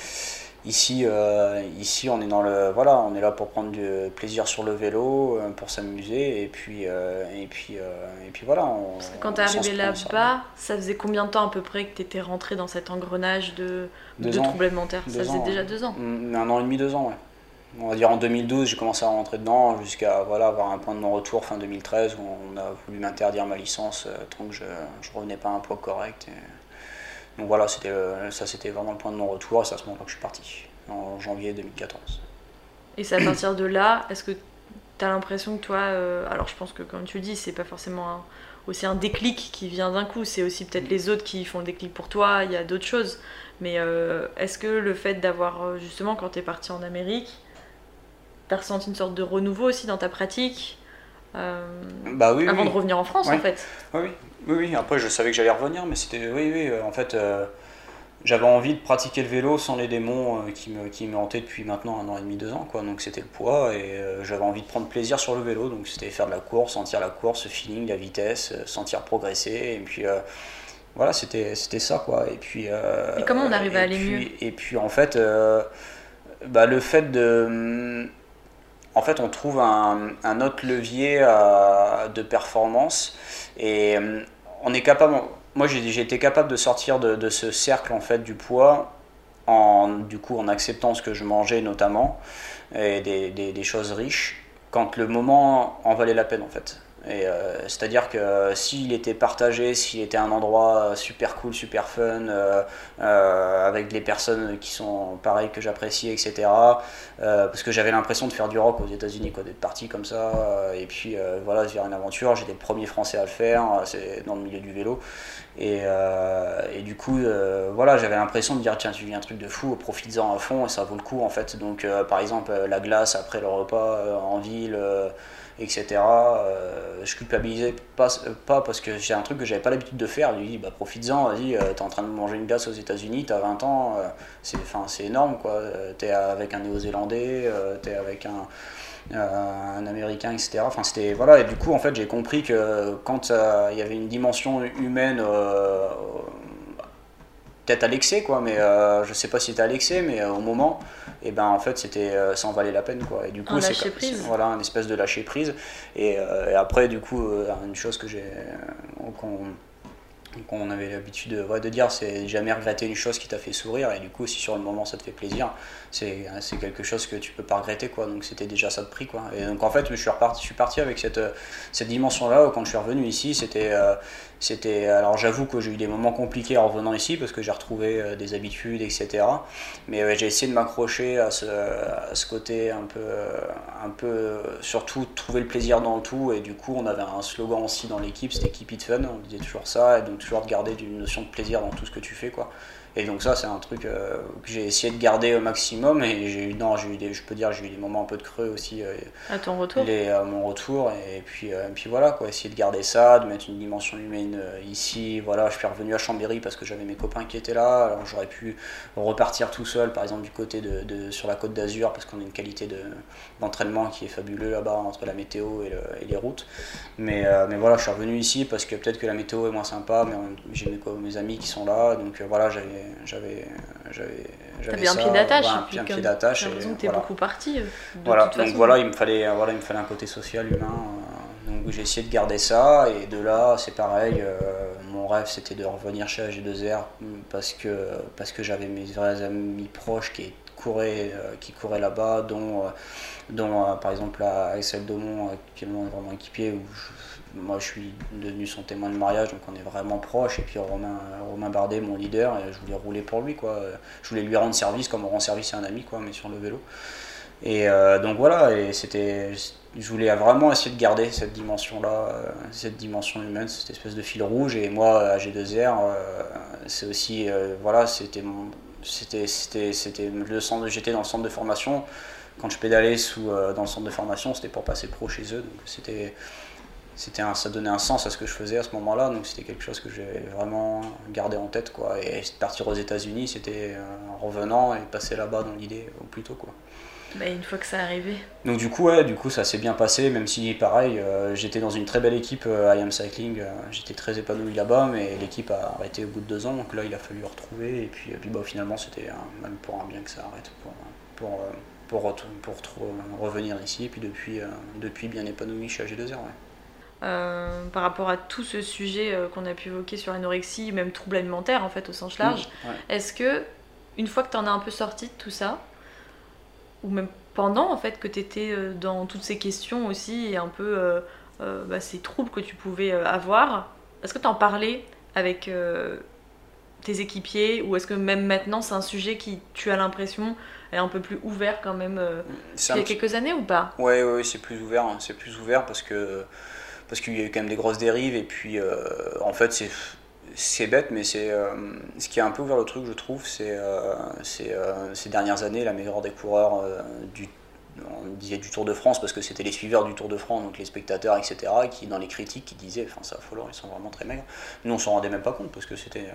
Ici, euh, ici, on est dans le, voilà, on est là pour prendre du plaisir sur le vélo, euh, pour s'amuser, et puis, euh, et puis, euh, et puis voilà. On, Parce que quand t'es arrivé là-bas, ça. ça faisait combien de temps à peu près que t'étais rentré dans cet engrenage de, de troubles alimentaires ? Ça faisait ans, déjà ouais. deux ans. Un an et demi, deux ans, ouais. On va dire en deux mille douze, j'ai commencé à rentrer dedans jusqu'à voilà, avoir un point de non-retour fin deux mille treize où on a voulu m'interdire ma licence euh, tant que je ne revenais pas à un poids correct. Et... Donc voilà, c'était, ça c'était vraiment le point de non-retour, et c'est à ce moment-là que je suis parti, en janvier deux mille quatorze. Et c'est à partir de là, est-ce que tu as l'impression que toi, euh, alors je pense que comme tu le dis, c'est pas forcément un, aussi un déclic qui vient d'un coup, c'est aussi peut-être les autres qui font le déclic pour toi, il y a d'autres choses, mais euh, est-ce que le fait d'avoir, justement, quand tu es parti en Amérique, tu as ressenti une sorte de renouveau aussi dans ta pratique euh, bah oui, avant oui. de revenir en France, oui. en fait. Oui, oui, oui, oui. Après je savais que j'allais revenir, mais c'était, oui, oui, en fait, euh, j'avais envie de pratiquer le vélo sans les démons euh, qui, me, qui me hantaient depuis maintenant un an et demi, deux ans, quoi. Donc c'était le poids, et euh, j'avais envie de prendre plaisir sur le vélo, donc c'était faire de la course, sentir la course, ce feeling, la vitesse, euh, sentir progresser, et puis euh, voilà, c'était, c'était ça, quoi. Et puis, euh, et comment on arrive à aller puis, mieux ? Et puis en fait, euh, bah, le fait de... En fait, on trouve un, un autre levier à, de performance, et on est capable. Moi, j'ai, j'ai été capable de sortir de, de ce cercle en fait du poids, en du coup en acceptant ce que je mangeais notamment, et des, des, des choses riches, quand le moment en valait la peine en fait. Et euh, c'est-à-dire que euh, s'il était partagé, s'il était un endroit super cool, super fun, euh, euh, avec des personnes qui sont pareilles que j'apprécie, et cetera. Euh, parce que j'avais l'impression de faire du rock aux États-Unis, quoi, d'être parti comme ça, euh, et puis euh, voilà, de faire une aventure. J'étais le premier Français à le faire, c'est dans le milieu du vélo. Et, euh, et du coup, euh, voilà, j'avais l'impression de dire tiens, tu vis un truc de fou, profites-en à fond, et ça vaut le coup en fait. Donc, euh, par exemple, la glace après le repas euh, en ville. Euh, et cetera. Euh, je culpabilisais pas, pas parce que j'ai un truc que j'avais pas l'habitude de faire. Il lui dit bah, profites-en, vas-y, euh, t'es en train de manger une glace aux États-Unis, t'as vingt ans, euh, c'est, c'est énorme quoi. T'es avec un Néo-Zélandais, euh, t'es avec un, euh, un Américain, et cetera. Enfin, c'était, voilà, et du coup, en fait, j'ai compris que quand il euh, y avait une dimension humaine, euh, peut-être à l'excès, quoi, mais euh, je sais pas si c'était à l'excès, mais euh, au moment. Et ben en fait c'était euh, ça en valait la peine quoi, et du coup un c'est, lâcher c'est prise. voilà un espèce de lâcher prise, et, euh, et après du coup euh, une chose que j'ai euh, qu'on, qu'on avait l'habitude de, ouais, de dire, c'est jamais regretter une chose qui t'a fait sourire, et du coup si sur le moment ça te fait plaisir, c'est, c'est quelque chose que tu peux pas regretter quoi, donc c'était déjà ça de prix quoi. Et donc en fait je suis reparti, je suis parti avec cette, cette dimension là, où quand je suis revenu ici c'était euh, C'était, alors j'avoue que j'ai eu des moments compliqués en revenant ici parce que j'ai retrouvé euh, des habitudes, et cetera. Mais euh, j'ai essayé de m'accrocher à ce, à ce côté un peu, un peu, euh, surtout trouver le plaisir dans le tout. Et du coup, on avait un slogan aussi dans l'équipe, c'était Keep It Fun. On disait toujours ça, et donc toujours de garder une notion de plaisir dans tout ce que tu fais, quoi. Et donc ça, c'est un truc euh, que j'ai essayé de garder au maximum. Et j'ai eu, non, j'ai eu des, je peux dire, j'ai eu des moments un peu de creux aussi. Euh, à ton retour. Les, à mon retour. Et puis, euh, et puis voilà, quoi, essayer de garder ça, de mettre une dimension humaine euh, ici. Voilà, je suis revenu à Chambéry parce que j'avais mes copains qui étaient là. Alors j'aurais pu repartir tout seul, par exemple du côté de, de sur la Côte d'Azur, parce qu'on a une qualité de, d'entraînement qui est fabuleux là-bas entre la météo et, le, et les routes. Mais, euh, mais voilà, je suis revenu ici parce que peut-être que la météo est moins sympa, mais j'ai mes, mes amis qui sont là. Donc euh, voilà, j'avais j'avais, j'avais, j'avais T'avais ça, un pied d'attache. Ouais, un, pied, un pied d'attache. J'ai l'impression que t'es voilà. beaucoup parti. Voilà, donc voilà, il me fallait, voilà, il me fallait un côté social, humain. Euh, donc j'ai essayé de garder ça, et de là, c'est pareil. Euh, mon rêve, c'était de revenir chez A G deux R parce que parce que j'avais mes vrais amis proches qui couraient, euh, qui couraient là-bas, dont, euh, dont euh, par exemple à Axel Daumont, euh, qui est vraiment équipier, où je, moi je suis devenu son témoin de mariage, donc on est vraiment proches. Et puis Romain, Romain Bardet, mon leader, et je voulais rouler pour lui, quoi. Je voulais lui rendre service comme on rend service à un ami, quoi, mais sur le vélo. Et euh, donc voilà, et c'était, je voulais vraiment essayer de garder cette dimension-là, euh, cette dimension humaine, cette espèce de fil rouge. Et moi, A G deux R, euh, c'est aussi, euh, voilà, c'était mon, c'était, c'était, c'était le centre, j'étais dans le centre de formation. Quand je pédalais sous, euh, dans le centre de formation, c'était pour passer pro chez eux, donc c'était, c'était un, ça donnait un sens à ce que je faisais à ce moment-là, donc c'était quelque chose que j'ai vraiment gardé en tête, quoi. Et partir aux États-Unis, c'était euh, en revenant et passer là-bas dans l'idée au plus tôt, quoi. Bah, une fois que ça arrivait. Donc du coup, ouais, du coup ça s'est bien passé, même si pareil, euh, j'étais dans une très belle équipe euh, I A M Cycling, euh, j'étais très épanoui là-bas, mais l'équipe a arrêté au bout de deux ans, donc là il a fallu retrouver, et puis, et puis bah, finalement c'était un, même pour un bien que ça arrête, pour, pour, pour, pour, pour, pour revenir ici, et puis depuis, euh, depuis bien épanoui chez A G deux R. Ouais. Euh, par rapport à tout ce sujet euh, qu'on a pu évoquer sur l'anorexie, même troubles alimentaires en fait au sens large, mmh, ouais. Est-ce que une fois que tu en as un peu sorti de tout ça, ou même pendant en fait que tu étais dans toutes ces questions aussi et un peu euh, euh, bah, ces troubles que tu pouvais avoir, est-ce que tu en parlais avec euh, tes équipiers, ou est-ce que même maintenant c'est un sujet qui, tu as l'impression, est un peu plus ouvert quand même euh, il y a quelques années ou pas? Ouais, ouais, c'est plus ouvert, hein, c'est plus ouvert parce que parce qu'il y a eu quand même des grosses dérives, et puis euh, en fait c'est C'est bête, mais c'est euh, ce qui a un peu ouvert le truc, je trouve, c'est euh, euh, ces dernières années, la meilleure des coureurs euh, du, on disait du Tour de France, parce que c'était les suiveurs du Tour de France, donc les spectateurs, et cetera, qui dans les critiques, qui disaient, enfin c'est affolant, ils sont vraiment très maigres. Nous on s'en rendait même pas compte, parce que c'était,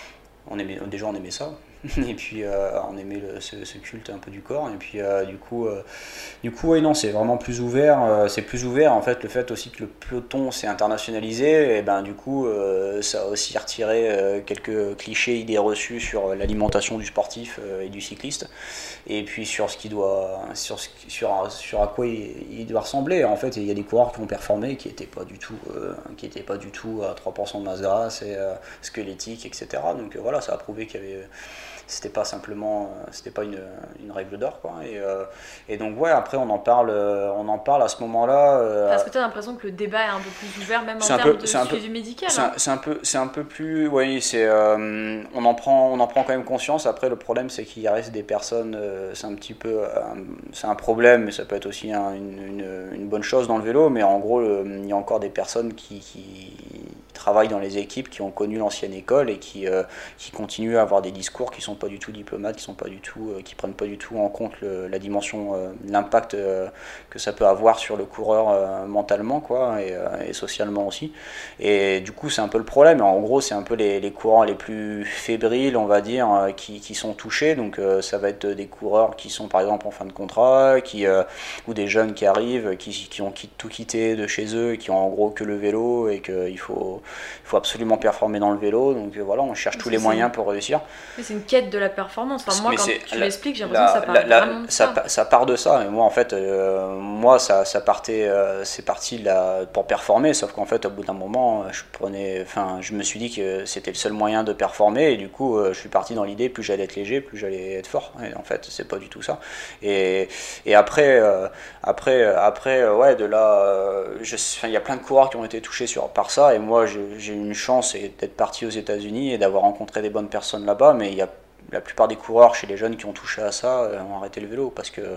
on aimait, déjà on aimait ça, et puis euh, on aimait le, ce, ce culte un peu du corps, et puis euh, du coup, euh, du coup, ouais, non, c'est vraiment plus ouvert, euh, c'est plus ouvert, en fait, le fait aussi que le peloton s'est internationalisé, et ben du coup, euh, ça a aussi retiré euh, quelques clichés, idées reçues sur l'alimentation du sportif euh, et du cycliste, et puis sur ce qui doit, sur, ce, sur, sur à quoi il, il doit ressembler. En fait, il y a des coureurs qui ont performé, qui n'étaient pas du tout, euh, qui étaient pas du tout à trois pour cent de masse grasse et euh, squelettique, et cetera. Donc euh, voilà, ça a prouvé qu'il y avait c'était pas simplement c'était pas une, une règle d'or, quoi. Et, euh, et donc ouais, après on en parle on en parle à ce moment-là. Euh, Parce que tu as l'impression que le débat est un peu plus ouvert, même en termes peu, de suivi peu, médical. C'est, hein. un, c'est un peu c'est un peu plus oui, c'est euh, on en prend on en prend quand même conscience. Après le problème c'est qu'il reste des personnes, euh, c'est un petit peu un, c'est un problème, mais ça peut être aussi un, une, une, une bonne chose dans le vélo, mais en gros le, il y a encore des personnes qui, qui travaillent dans les équipes, qui ont connu l'ancienne école et qui, euh, qui continuent à avoir des discours qui sont pas du tout diplomates, qui sont pas du tout, euh, qui prennent pas du tout en compte le, la dimension, euh, l'impact euh, que ça peut avoir sur le coureur euh, mentalement, quoi, et, euh, et socialement aussi. Et du coup c'est un peu le problème. En gros c'est un peu les, les coureurs les plus fébriles, on va dire, euh, qui, qui sont touchés. Donc euh, ça va être des coureurs qui sont par exemple en fin de contrat, qui, euh, ou des jeunes qui arrivent, qui, qui ont tout quitté de chez eux, qui ont en gros que le vélo et qu'il faut il faut absolument performer dans le vélo, donc euh, voilà, on cherche tous les moyens pour réussir. Mais c'est une quête de la performance. Enfin, moi, mais quand c'est, tu la, l'expliques, j'ai l'impression la, que ça part la, la, vraiment de ça. Ça, ça part de ça. Et moi, en fait, euh, moi, ça, ça partait, euh, c'est parti là, pour performer. Sauf qu'en fait, au bout d'un moment, je prenais, enfin, je me suis dit que c'était le seul moyen de performer. Et du coup, euh, je suis parti dans l'idée, plus j'allais être léger, plus j'allais être fort. Et en fait, c'est pas du tout ça. Et, et après, euh, après, après, ouais, de là, euh, il y a plein de coureurs qui ont été touchés sur par ça. Et moi, j'ai, j'ai une chance d'être parti aux États-Unis et d'avoir rencontré des bonnes personnes là-bas, mais il y a la plupart des coureurs chez les jeunes qui ont touché à ça euh, ont arrêté le vélo parce que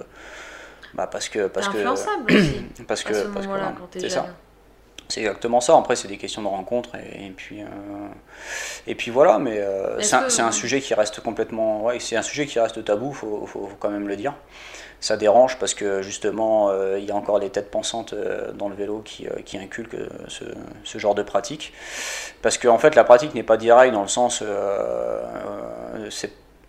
bah parce que parce t'es que influençable aussi parce que à ce parce moment-là, que quand t'es c'est jeune. ça. C'est exactement ça. Après, c'est des questions de rencontre et, et puis euh, et puis voilà. Mais euh, c'est, un, c'est un sujet qui reste complètement, ouais, c'est un sujet qui reste tabou. Faut, faut, faut quand même le dire. Ça dérange parce que justement, euh, il y a encore des têtes pensantes euh, dans le vélo qui, euh, qui inculquent ce, ce genre de pratique. Parce que en fait, la pratique n'est pas directe dans le sens, euh, c'est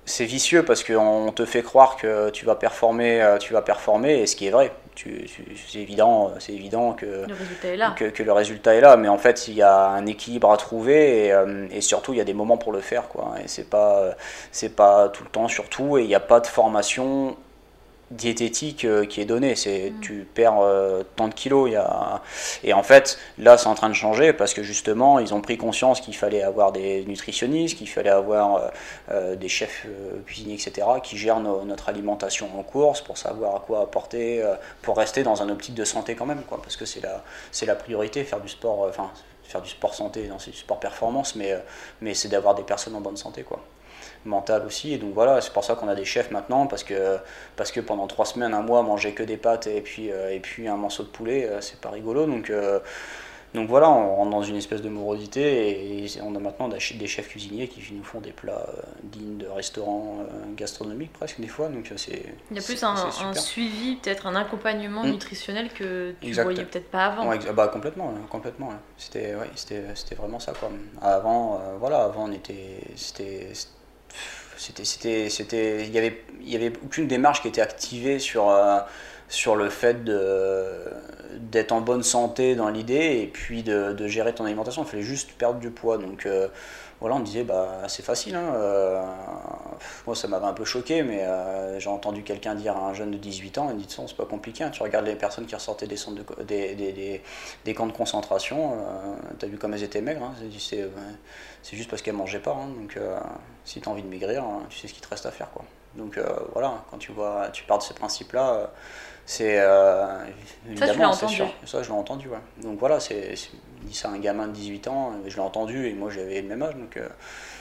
c'est vicieux parce qu'on te fait croire que tu vas performer, tu vas performer, et ce qui est vrai. Tu, tu, c'est évident, c'est évident que le résultat est là. Que, que le résultat est là, mais en fait il y a un équilibre à trouver et, euh, et surtout il y a des moments pour le faire, quoi. Et c'est pas, c'est pas tout le temps surtout, et il n'y a pas de formation diététique euh, qui est donnée. C'est mmh. tu perds euh, tant de kilos, il y a... et en fait là c'est en train de changer parce que justement ils ont pris conscience qu'il fallait avoir des nutritionnistes, qu'il fallait avoir euh, euh, des chefs euh, cuisiniers, etc., qui gèrent no, notre alimentation en course pour savoir à quoi apporter, euh, pour rester dans un optique de santé quand même, quoi, parce que c'est la, c'est la priorité, faire du sport, enfin euh, faire du sport santé, non, c'est du sport performance, mais, euh, mais c'est d'avoir des personnes en bonne santé, quoi, mentale aussi. Et donc voilà, c'est pour ça qu'on a des chefs maintenant, parce que, parce que pendant trois semaines, un mois, manger que des pâtes et puis, euh, et puis un morceau de poulet, euh, c'est pas rigolo. Donc, euh, donc voilà, on rentre dans une espèce de morosité, et on a maintenant des chefs cuisiniers qui nous font des plats euh, dignes de restaurants euh, gastronomiques presque des fois. Donc c'est, il y a plus un, un suivi, peut-être un accompagnement mmh. nutritionnel que tu exact. voyais peut-être pas avant. Ouais, bah complètement, complètement. C'était, ouais, c'était, c'était vraiment ça, quoi. Avant, euh, voilà, avant on était, c'était, c'était, c'était, c'était, il y avait, il y avait aucune démarche qui était activée sur. Euh, sur le fait de, d'être en bonne santé dans l'idée, et puis de, de gérer ton alimentation. Il fallait juste perdre du poids. Donc euh, voilà, on disait, bah, c'est facile. Hein. Euh, moi, ça m'avait un peu choqué, mais euh, j'ai entendu quelqu'un dire à un jeune de dix-huit ans, il dit, de toute façon, c'est pas compliqué. Hein. Tu regardes les personnes qui ressortaient des, centres de, des, des, des, des camps de concentration, euh, t'as vu comme elles étaient maigres. Hein. C'est, c'est, c'est juste parce qu'elles mangeaient pas. Hein. Donc euh, si tu as envie de maigrir, hein, tu sais ce qu'il te reste à faire, quoi. Donc euh, voilà, quand tu, vois, tu pars de ces principes-là, euh, c'est euh, évidemment, ça, c'est sûr. Ça, je l'ai entendu, ouais. Donc voilà, c'est, c'est, c'est un gamin de dix-huit ans, je l'ai entendu, et moi j'avais le même âge, donc, euh,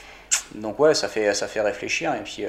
donc ouais, ça fait, ça fait réfléchir, et puis euh,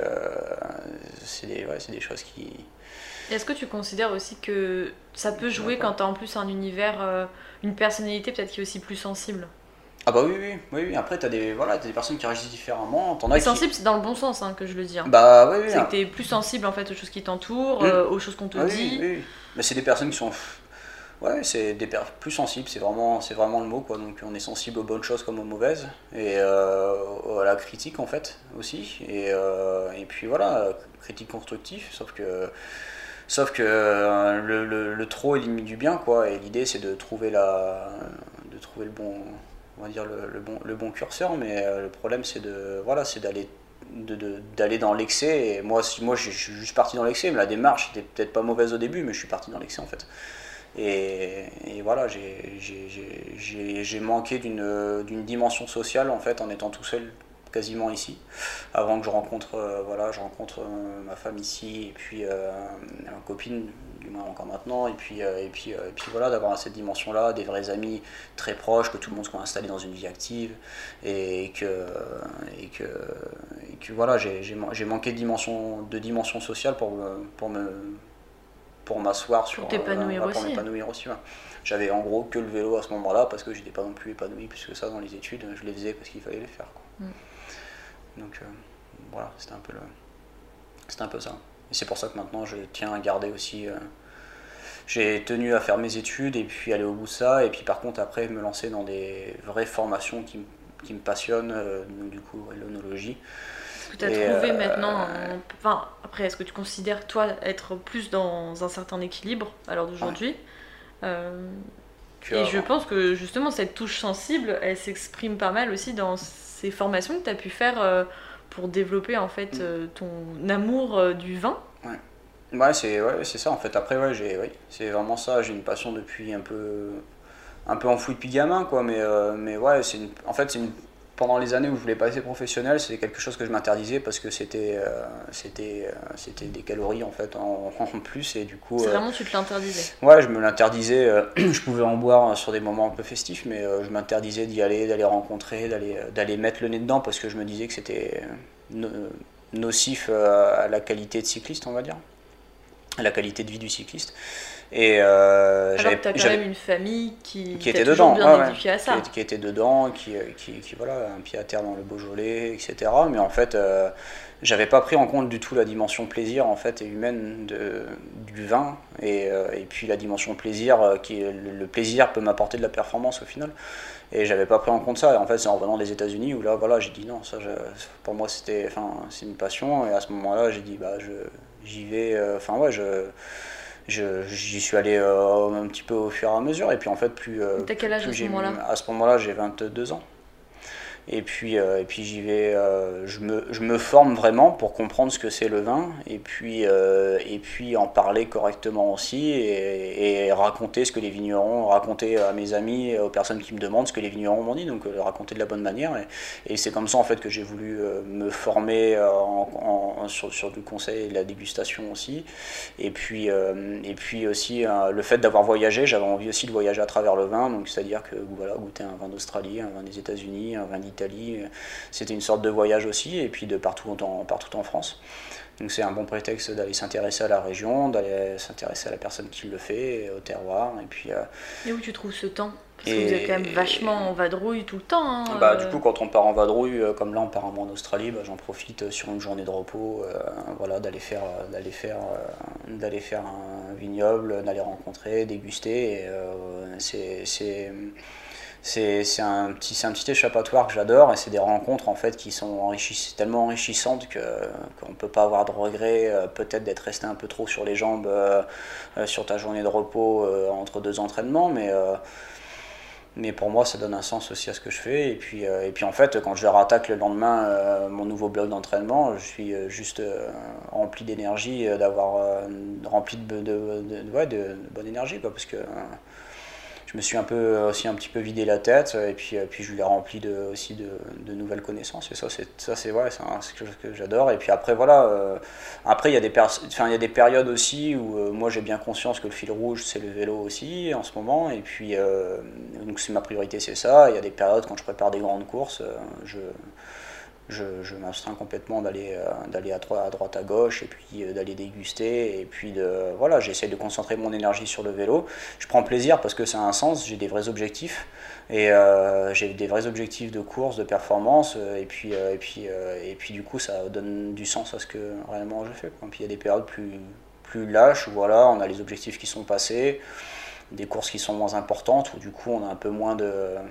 c'est, des, ouais, c'est des choses qui... Est-ce que tu considères aussi que ça peut jouer quand tu as en plus un univers, euh, une personnalité peut-être qui est aussi plus sensible ? Ah bah oui, oui, oui, oui. Après t'as des, voilà, t'as des personnes qui réagissent différemment. T'en as mais qui... sensible, c'est dans le bon sens, hein, que je le dis. Hein. Bah oui, oui. C'est hein. que t'es plus sensible en fait aux choses qui t'entourent, mmh. euh, aux choses qu'on te ah, dit. Oui, oui, oui. Mais c'est des personnes qui sont... Ouais, c'est des per... plus sensibles, c'est vraiment, c'est vraiment le mot, quoi. Donc on est sensible aux bonnes choses comme aux mauvaises, et euh, à la critique en fait aussi. Et, euh, et puis voilà, critique constructive, sauf que... Sauf que euh, le, le, le trop est limite du bien, quoi. Et l'idée c'est de trouver la... de trouver le bon... on va dire le, le, bon, le bon curseur, mais euh, le problème c'est, de, voilà, c'est d'aller, de, de, d'aller dans l'excès. Et moi, moi je suis juste parti dans l'excès, mais la démarche était peut-être pas mauvaise au début, mais je suis parti dans l'excès en fait. Et, et voilà, j'ai, j'ai, j'ai, j'ai, j'ai manqué d'une, d'une dimension sociale en fait en étant tout seul quasiment ici, avant que je rencontre, euh, voilà, je rencontre euh, ma femme ici, et puis euh, ma copine, du moins encore maintenant, et puis, euh, et, puis, euh, et puis voilà, d'avoir cette dimension-là, des vrais amis très proches, que tout le monde soit installé dans une vie active, et que, et que, et que voilà, j'ai, j'ai, j'ai manqué de dimension, de dimension sociale pour me, pour me, pour m'asseoir sur, pour t'épanouir euh, aussi. Pour m'épanouir aussi, ouais. J'avais en gros que le vélo à ce moment-là, parce que j'étais pas non plus épanoui plus que ça dans les études, je les faisais parce qu'il fallait les faire, quoi. Mm. Donc euh, voilà, c'était un peu le, c'était un peu ça. Et c'est pour ça que maintenant je tiens à garder aussi. Euh, j'ai tenu à faire mes études et puis aller au bout de ça, et puis par contre après me lancer dans des vraies formations qui, qui me passionnent, euh, donc du coup ouais, l'onologie. Est-ce que tu as et trouvé euh, maintenant, euh, enfin après est-ce que tu considères toi être plus dans un certain équilibre à l'heure d'aujourd'hui, ouais. euh, Et je pense que justement cette touche sensible, elle s'exprime pas mal aussi dans ces formations que tu as pu faire euh, pour développer en fait euh, ton amour euh, du vin. Ouais, ouais, c'est, ouais, c'est ça en fait. Après, ouais, j'ai, ouais, c'est vraiment ça. J'ai une passion depuis un peu, un peu enfouie depuis gamin, quoi. Mais, euh, mais ouais, c'est une, en fait, c'est une, pendant les années où je voulais passer professionnel, c'était quelque chose que je m'interdisais parce que c'était, euh, c'était, euh, c'était des calories en fait en, en plus, et du coup. C'est euh, vraiment tu te l'interdisais. Ouais, je me l'interdisais. Euh, je pouvais en boire sur des moments un peu festifs, mais euh, je m'interdisais d'y aller, d'aller rencontrer, d'aller, d'aller mettre le nez dedans parce que je me disais que c'était no, nocif à la qualité de cycliste, on va dire, à la qualité de vie du cycliste. Et euh, alors j'avais, que t'as quand j'avais, même une famille qui, qui était dedans, bien ouais, éduquée à ça. Qui, qui était dedans, qui, qui, qui voilà, un pied à terre dans le Beaujolais, et cetera. Mais en fait, euh, j'avais pas pris en compte du tout la dimension plaisir en fait et humaine de, du vin et, euh, et puis la dimension plaisir euh, qui le, le plaisir peut m'apporter de la performance au final et j'avais pas pris en compte ça et en fait c'est en revenant des États-Unis où là voilà j'ai dit non ça je, pour moi c'était enfin c'est une passion et à ce moment-là j'ai dit bah je j'y vais enfin euh, ouais je Je, j'y suis allé euh, un petit peu au fur et à mesure et puis en fait plus euh, t'as quel âge plus à ce j'ai, moment-là à ce moment-là j'ai vingt-deux ans et puis euh, et puis j'y vais euh, je me je me forme vraiment pour comprendre ce que c'est le vin et puis euh, et puis en parler correctement aussi et, et raconter ce que les vignerons raconter à mes amis aux personnes qui me demandent ce que les vignerons m'ont dit donc euh, raconter de la bonne manière et, et c'est comme ça en fait que j'ai voulu euh, me former euh, en, en, sur sur du conseil et de la dégustation aussi et puis euh, et puis aussi euh, le fait d'avoir voyagé j'avais envie aussi de voyager à travers le vin donc c'est à dire que voilà goûter un vin d'Australie un vin des États-Unis un vin d'Italie Italie, c'était une sorte de voyage aussi, et puis de partout en, partout en France. Donc c'est un bon prétexte d'aller s'intéresser à la région, d'aller s'intéresser à la personne qui le fait, au terroir, et puis... Euh, et où tu trouves ce temps ? Parce que vous êtes quand même vachement en vadrouille tout le temps. Hein, bah, euh... Du coup, quand on part en vadrouille, comme là on part un mois en Australie, bah, j'en profite sur une journée de repos, euh, voilà, d'aller faire, d'aller, faire, euh, d'aller faire un vignoble, d'aller rencontrer, déguster, et euh, c'est... c'est C'est, c'est, un petit, c'est un petit échappatoire que j'adore et c'est des rencontres en fait qui sont enrichis, tellement enrichissantes que, qu'on ne peut pas avoir de regret euh, peut-être d'être resté un peu trop sur les jambes euh, euh, sur ta journée de repos euh, entre deux entraînements mais, euh, mais pour moi ça donne un sens aussi à ce que je fais et puis, euh, et puis en fait quand je rattaque le lendemain euh, mon nouveau bloc d'entraînement je suis juste euh, rempli d'énergie euh, d'avoir euh, rempli de, de, de, de, ouais, de, de bonne énergie quoi, parce que euh, je me suis un peu aussi un petit peu vidé la tête et puis, puis je l'ai rempli de, aussi de, de nouvelles connaissances et ça c'est ça c'est ouais, c'est, un, c'est quelque chose que j'adore et puis après voilà euh, après il y a des pers- enfin il y a des périodes aussi où euh, moi j'ai bien conscience que le fil rouge c'est le vélo aussi en ce moment et puis euh, donc c'est ma priorité c'est ça il y a des périodes quand je prépare des grandes courses euh, je Je, je m'abstrais complètement d'aller, euh, d'aller à, droite, à droite, à gauche, et puis euh, d'aller déguster, et puis de, voilà, j'essaie de concentrer mon énergie sur le vélo. Je prends plaisir parce que ça a un sens, j'ai des vrais objectifs, et euh, j'ai des vrais objectifs de course, de performance, euh, et, puis, euh, et, puis, euh, et puis du coup ça donne du sens à ce que réellement je fais, quoi. Puis il y a des périodes plus, plus lâches, où voilà, on a les objectifs qui sont passés, des courses qui sont moins importantes, où du coup on a un peu moins de...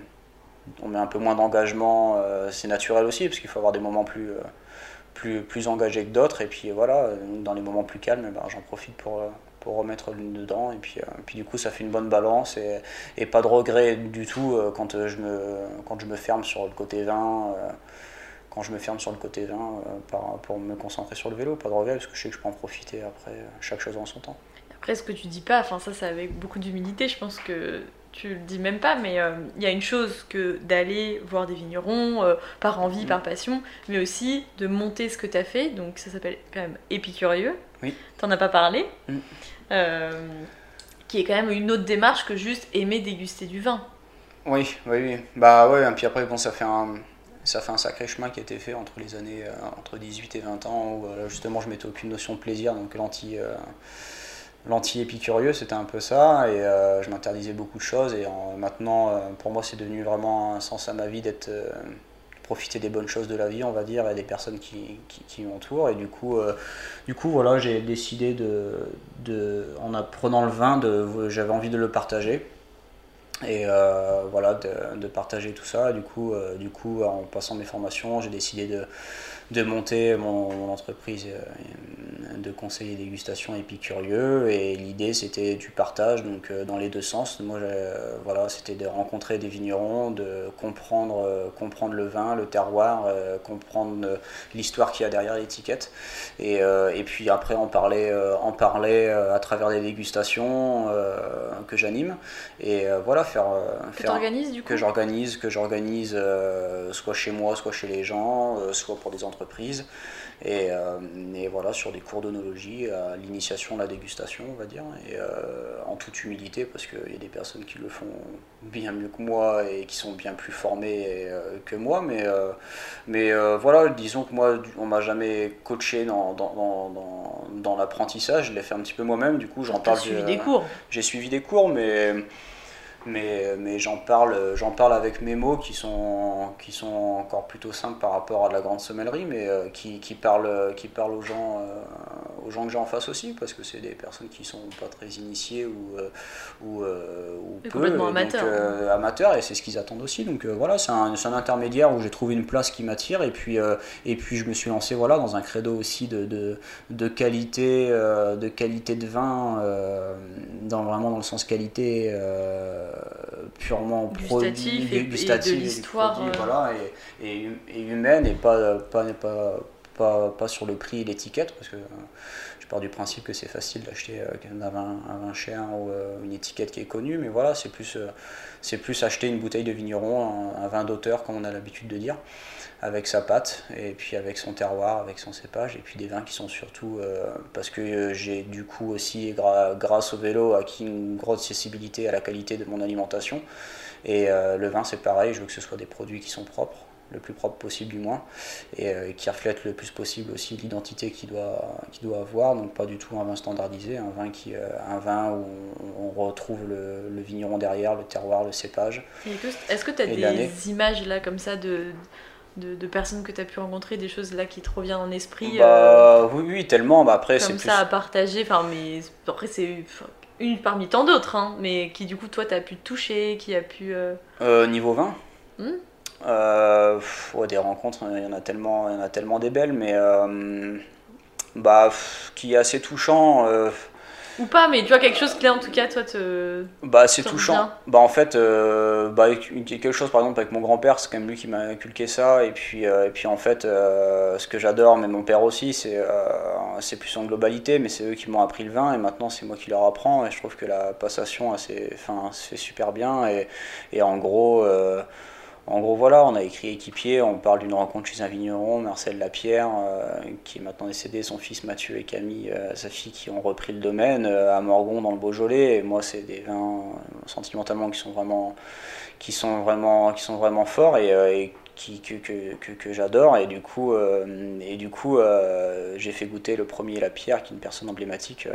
on met un peu moins d'engagement, euh, c'est naturel aussi, parce qu'il faut avoir des moments plus, euh, plus, plus engagés que d'autres, et puis voilà, dans les moments plus calmes, ben, j'en profite pour, pour remettre l'une dedans, et puis, euh, puis du coup ça fait une bonne balance, et, et pas de regret du tout euh, quand, je me, quand je me ferme sur le côté vin, euh, quand je me ferme sur le côté vin euh, par, pour me concentrer sur le vélo, pas de regret, parce que je sais que je peux en profiter après, chaque chose en son temps. Après ce que tu dis pas, enfin ça c'est avec beaucoup d'humilité, je pense que tu le dis même pas, mais il euh, y a une chose que d'aller voir des vignerons euh, par envie, mmh. par passion, mais aussi de monter ce que tu as fait, donc ça s'appelle quand même Épicurieux, oui. T'en as pas parlé, mmh. euh, qui est quand même une autre démarche que juste aimer déguster du vin. Oui, oui, oui. Bah ouais, et puis après bon ça fait un... Ça fait un sacré chemin qui a été fait entre les années euh, entre dix-huit et vingt ans où euh, justement je mettais aucune notion de plaisir, donc l'anti... Euh, L'anti-épicurieux, c'était un peu ça, et euh, je m'interdisais beaucoup de choses, et en, maintenant, euh, pour moi, c'est devenu vraiment un sens à ma vie d'être, euh, profiter des bonnes choses de la vie, on va dire, et des personnes qui, qui, qui m'entourent, et du coup, euh, du coup, voilà, j'ai décidé de, de, en apprenant le vin, de, j'avais envie de le partager, et euh, voilà, de, de partager tout ça, du coup, euh, du coup, en passant mes formations, j'ai décidé de de monter mon, mon entreprise de conseil et dégustation Épicurieux, et l'idée c'était du partage, donc dans les deux sens. Moi euh, voilà, c'était de rencontrer des vignerons, de comprendre, euh, comprendre le vin, le terroir, euh, comprendre euh, l'histoire qu'il y a derrière l'étiquette, et, euh, et puis après en parler, euh, en parler euh, à travers des dégustations euh, que j'anime, et euh, voilà, faire, que faire du coup que j'organise, que j'organise euh, soit chez moi, soit chez les gens, euh, soit pour des entreprises entreprise et, euh, et voilà, sur des cours d'onologie à l'initiation, la dégustation on va dire, et euh, en toute humilité parce qu'il y a des personnes qui le font bien mieux que moi et qui sont bien plus formées et, euh, que moi, mais, euh, mais euh, voilà, disons que moi on m'a jamais coaché dans, dans, dans, dans, dans l'apprentissage, je l'ai fait un petit peu moi-même, du coup j'en parle. J'ai suivi euh, des cours. J'ai suivi des cours, mais Mais, mais j'en parle, j'en parle avec mes mots qui sont, qui sont encore plutôt simples par rapport à de la grande sommellerie, mais euh, qui, qui, parlent, qui parlent aux gens, euh, aux gens que j'ai en face aussi, parce que c'est des personnes qui sont pas très initiées ou, euh, ou, euh, ou peu, complètement amateurs. Donc, euh, amateurs, et c'est ce qu'ils attendent aussi. Donc euh, voilà, c'est un, c'est un intermédiaire où j'ai trouvé une place qui m'attire, et puis, euh, et puis je me suis lancé voilà, dans un credo aussi de, de, de, qualité, euh, de qualité de vin, euh, dans, vraiment dans le sens qualité. Euh, purement gustatif produit, et, gustatif et de l'histoire produit, euh... voilà, et, et, et humaine et pas, pas, pas, pas, pas sur le prix et l'étiquette, parce que je pars du principe que c'est facile d'acheter un vin, un vin cher ou une étiquette qui est connue, mais voilà, c'est plus, c'est plus acheter une bouteille de vigneron, un, un vin d'auteur comme on a l'habitude de dire, avec sa pâte, et puis avec son terroir, avec son cépage, et puis des vins qui sont surtout, euh, parce que euh, j'ai du coup aussi, gra- grâce au vélo, acquis une grosse sensibilité à la qualité de mon alimentation, et euh, le vin c'est pareil, je veux que ce soit des produits qui sont propres, le plus propre possible du moins, et euh, qui reflètent le plus possible aussi l'identité qu'il doit, qu'il doit avoir, donc pas du tout un vin standardisé, un vin, qui, euh, un vin où on, on retrouve le, le vigneron derrière, le terroir, le cépage. Et que, est-ce que tu as des l'année. images là comme ça de... De, de personnes que tu as pu rencontrer, des choses là qui te reviennent en esprit bah, euh, oui, oui, tellement. Bah, après, comme c'est ça plus... à partager. Enfin, mais après, c'est une parmi tant d'autres, hein, mais qui du coup, toi, tu as pu te toucher, qui a pu. Euh... Euh, niveau vin hmm euh, pff, ouais, des rencontres, il y en a tellement, il y en a tellement des belles, mais euh, bah, pff, qui est assez touchant. Euh, Ou pas, mais tu vois, quelque chose qui là en tout cas, toi, te. Bah, c'est te touchant. revient. Bah, en fait, euh, bah, quelque chose par exemple avec mon grand-père, c'est quand même lui qui m'a inculqué ça. Et puis, euh, et puis en fait, euh, ce que j'adore, mais mon père aussi, c'est, euh, c'est plus en globalité, mais c'est eux qui m'ont appris le vin et maintenant c'est moi qui leur apprends. Et je trouve que la passation, assez, enfin, se fait super bien. Et, et en gros. Euh, En gros, voilà, on a écrit Équipier, on parle d'une rencontre chez un vigneron, Marcel Lapierre, euh, qui est maintenant décédé, son fils Mathieu et Camille, euh, sa fille, qui ont repris le domaine, euh, à Morgon dans le Beaujolais. Et moi, c'est des vins euh, sentimentalement qui sont vraiment, qui sont vraiment, qui sont vraiment forts et, euh, et qui, que, que, que, que j'adore. Et du coup, euh, et du coup euh, j'ai fait goûter le premier Lapierre, qui est une personne emblématique, euh,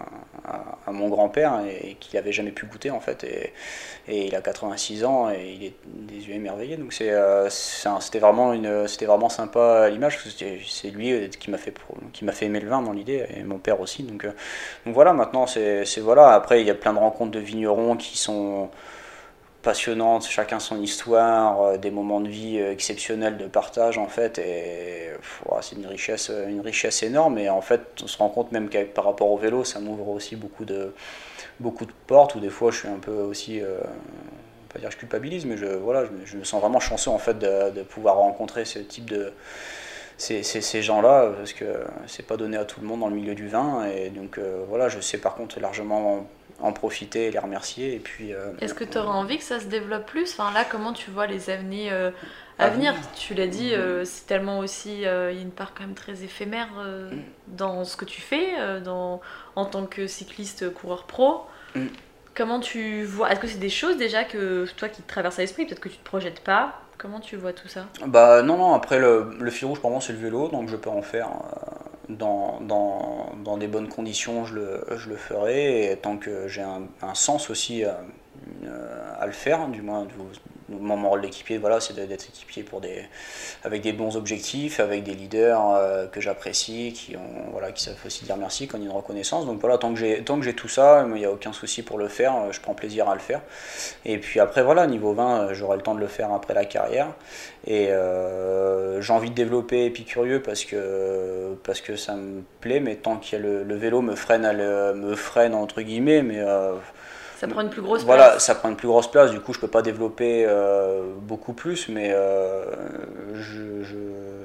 à, à mon grand-père, et, et qu'il n'avait jamais pu goûter en fait. Et, et il a quatre-vingt-six ans et il est des yeux émerveillés, donc c'est, euh, c'est un, c'était, vraiment une, c'était vraiment sympa à l'image, parce que c'est lui qui m'a fait, qui m'a fait aimer le vin dans l'idée, et mon père aussi, donc, euh, donc voilà, maintenant c'est, c'est voilà. Après il y a plein de rencontres de vignerons qui sont passionnantes, chacun son histoire, euh, des moments de vie euh, exceptionnels de partage en fait, et pff, ouais, c'est une richesse, une richesse énorme. Et en fait on se rend compte même qu'avec par rapport au vélo, ça m'ouvre aussi beaucoup de beaucoup de portes, où des fois je suis un peu aussi, euh, on va pas dire que je culpabilise, mais je, voilà, je, je me sens vraiment chanceux en fait de, de pouvoir rencontrer ce type de ces, ces, ces gens-là, parce que c'est pas donné à tout le monde dans le milieu du vin. Et donc euh, voilà, je sais par contre largement en, en profiter et les remercier. Et puis, euh, est-ce que tu aurais envie que ça se développe plus? Enfin là, comment tu vois les avenirs euh, à venir? Tu l'as dit, euh, c'est tellement aussi, euh, il y a une part quand même très éphémère euh, mm. dans ce que tu fais, euh, dans, en tant que cycliste coureur pro. Mm. Comment tu vois? Est-ce que c'est des choses déjà que toi qui te traversent à l'esprit, peut-être que tu te projettes pas? Comment tu vois tout ça? Bah non, non, après le, le fil rouge pour moi c'est le vélo, donc je peux en faire euh, dans, dans, dans des bonnes conditions, je le, je le ferai, et tant que j'ai un, un sens aussi euh, euh, à le faire, du moins du, mon, mon rôle d'équipier, voilà, c'est d'être équipier pour des, avec des bons objectifs, avec des leaders euh, que j'apprécie, qui, ont, voilà, qui savent aussi dire merci quand il y a une reconnaissance. Donc voilà, tant que j'ai, tant que j'ai tout ça, il n'y a aucun souci pour le faire, je prends plaisir à le faire. Et puis après, voilà, niveau vin, j'aurai le temps de le faire après la carrière. Et euh, j'ai envie de développer Épicurieux parce que, parce que ça me plaît, mais tant qu'il y a le, le vélo me freine, à le, me freine entre guillemets, mais... Euh, ça prend une plus grosse voilà, place. Ça prend une plus grosse place, du coup je peux pas développer euh, beaucoup plus, mais euh, je, je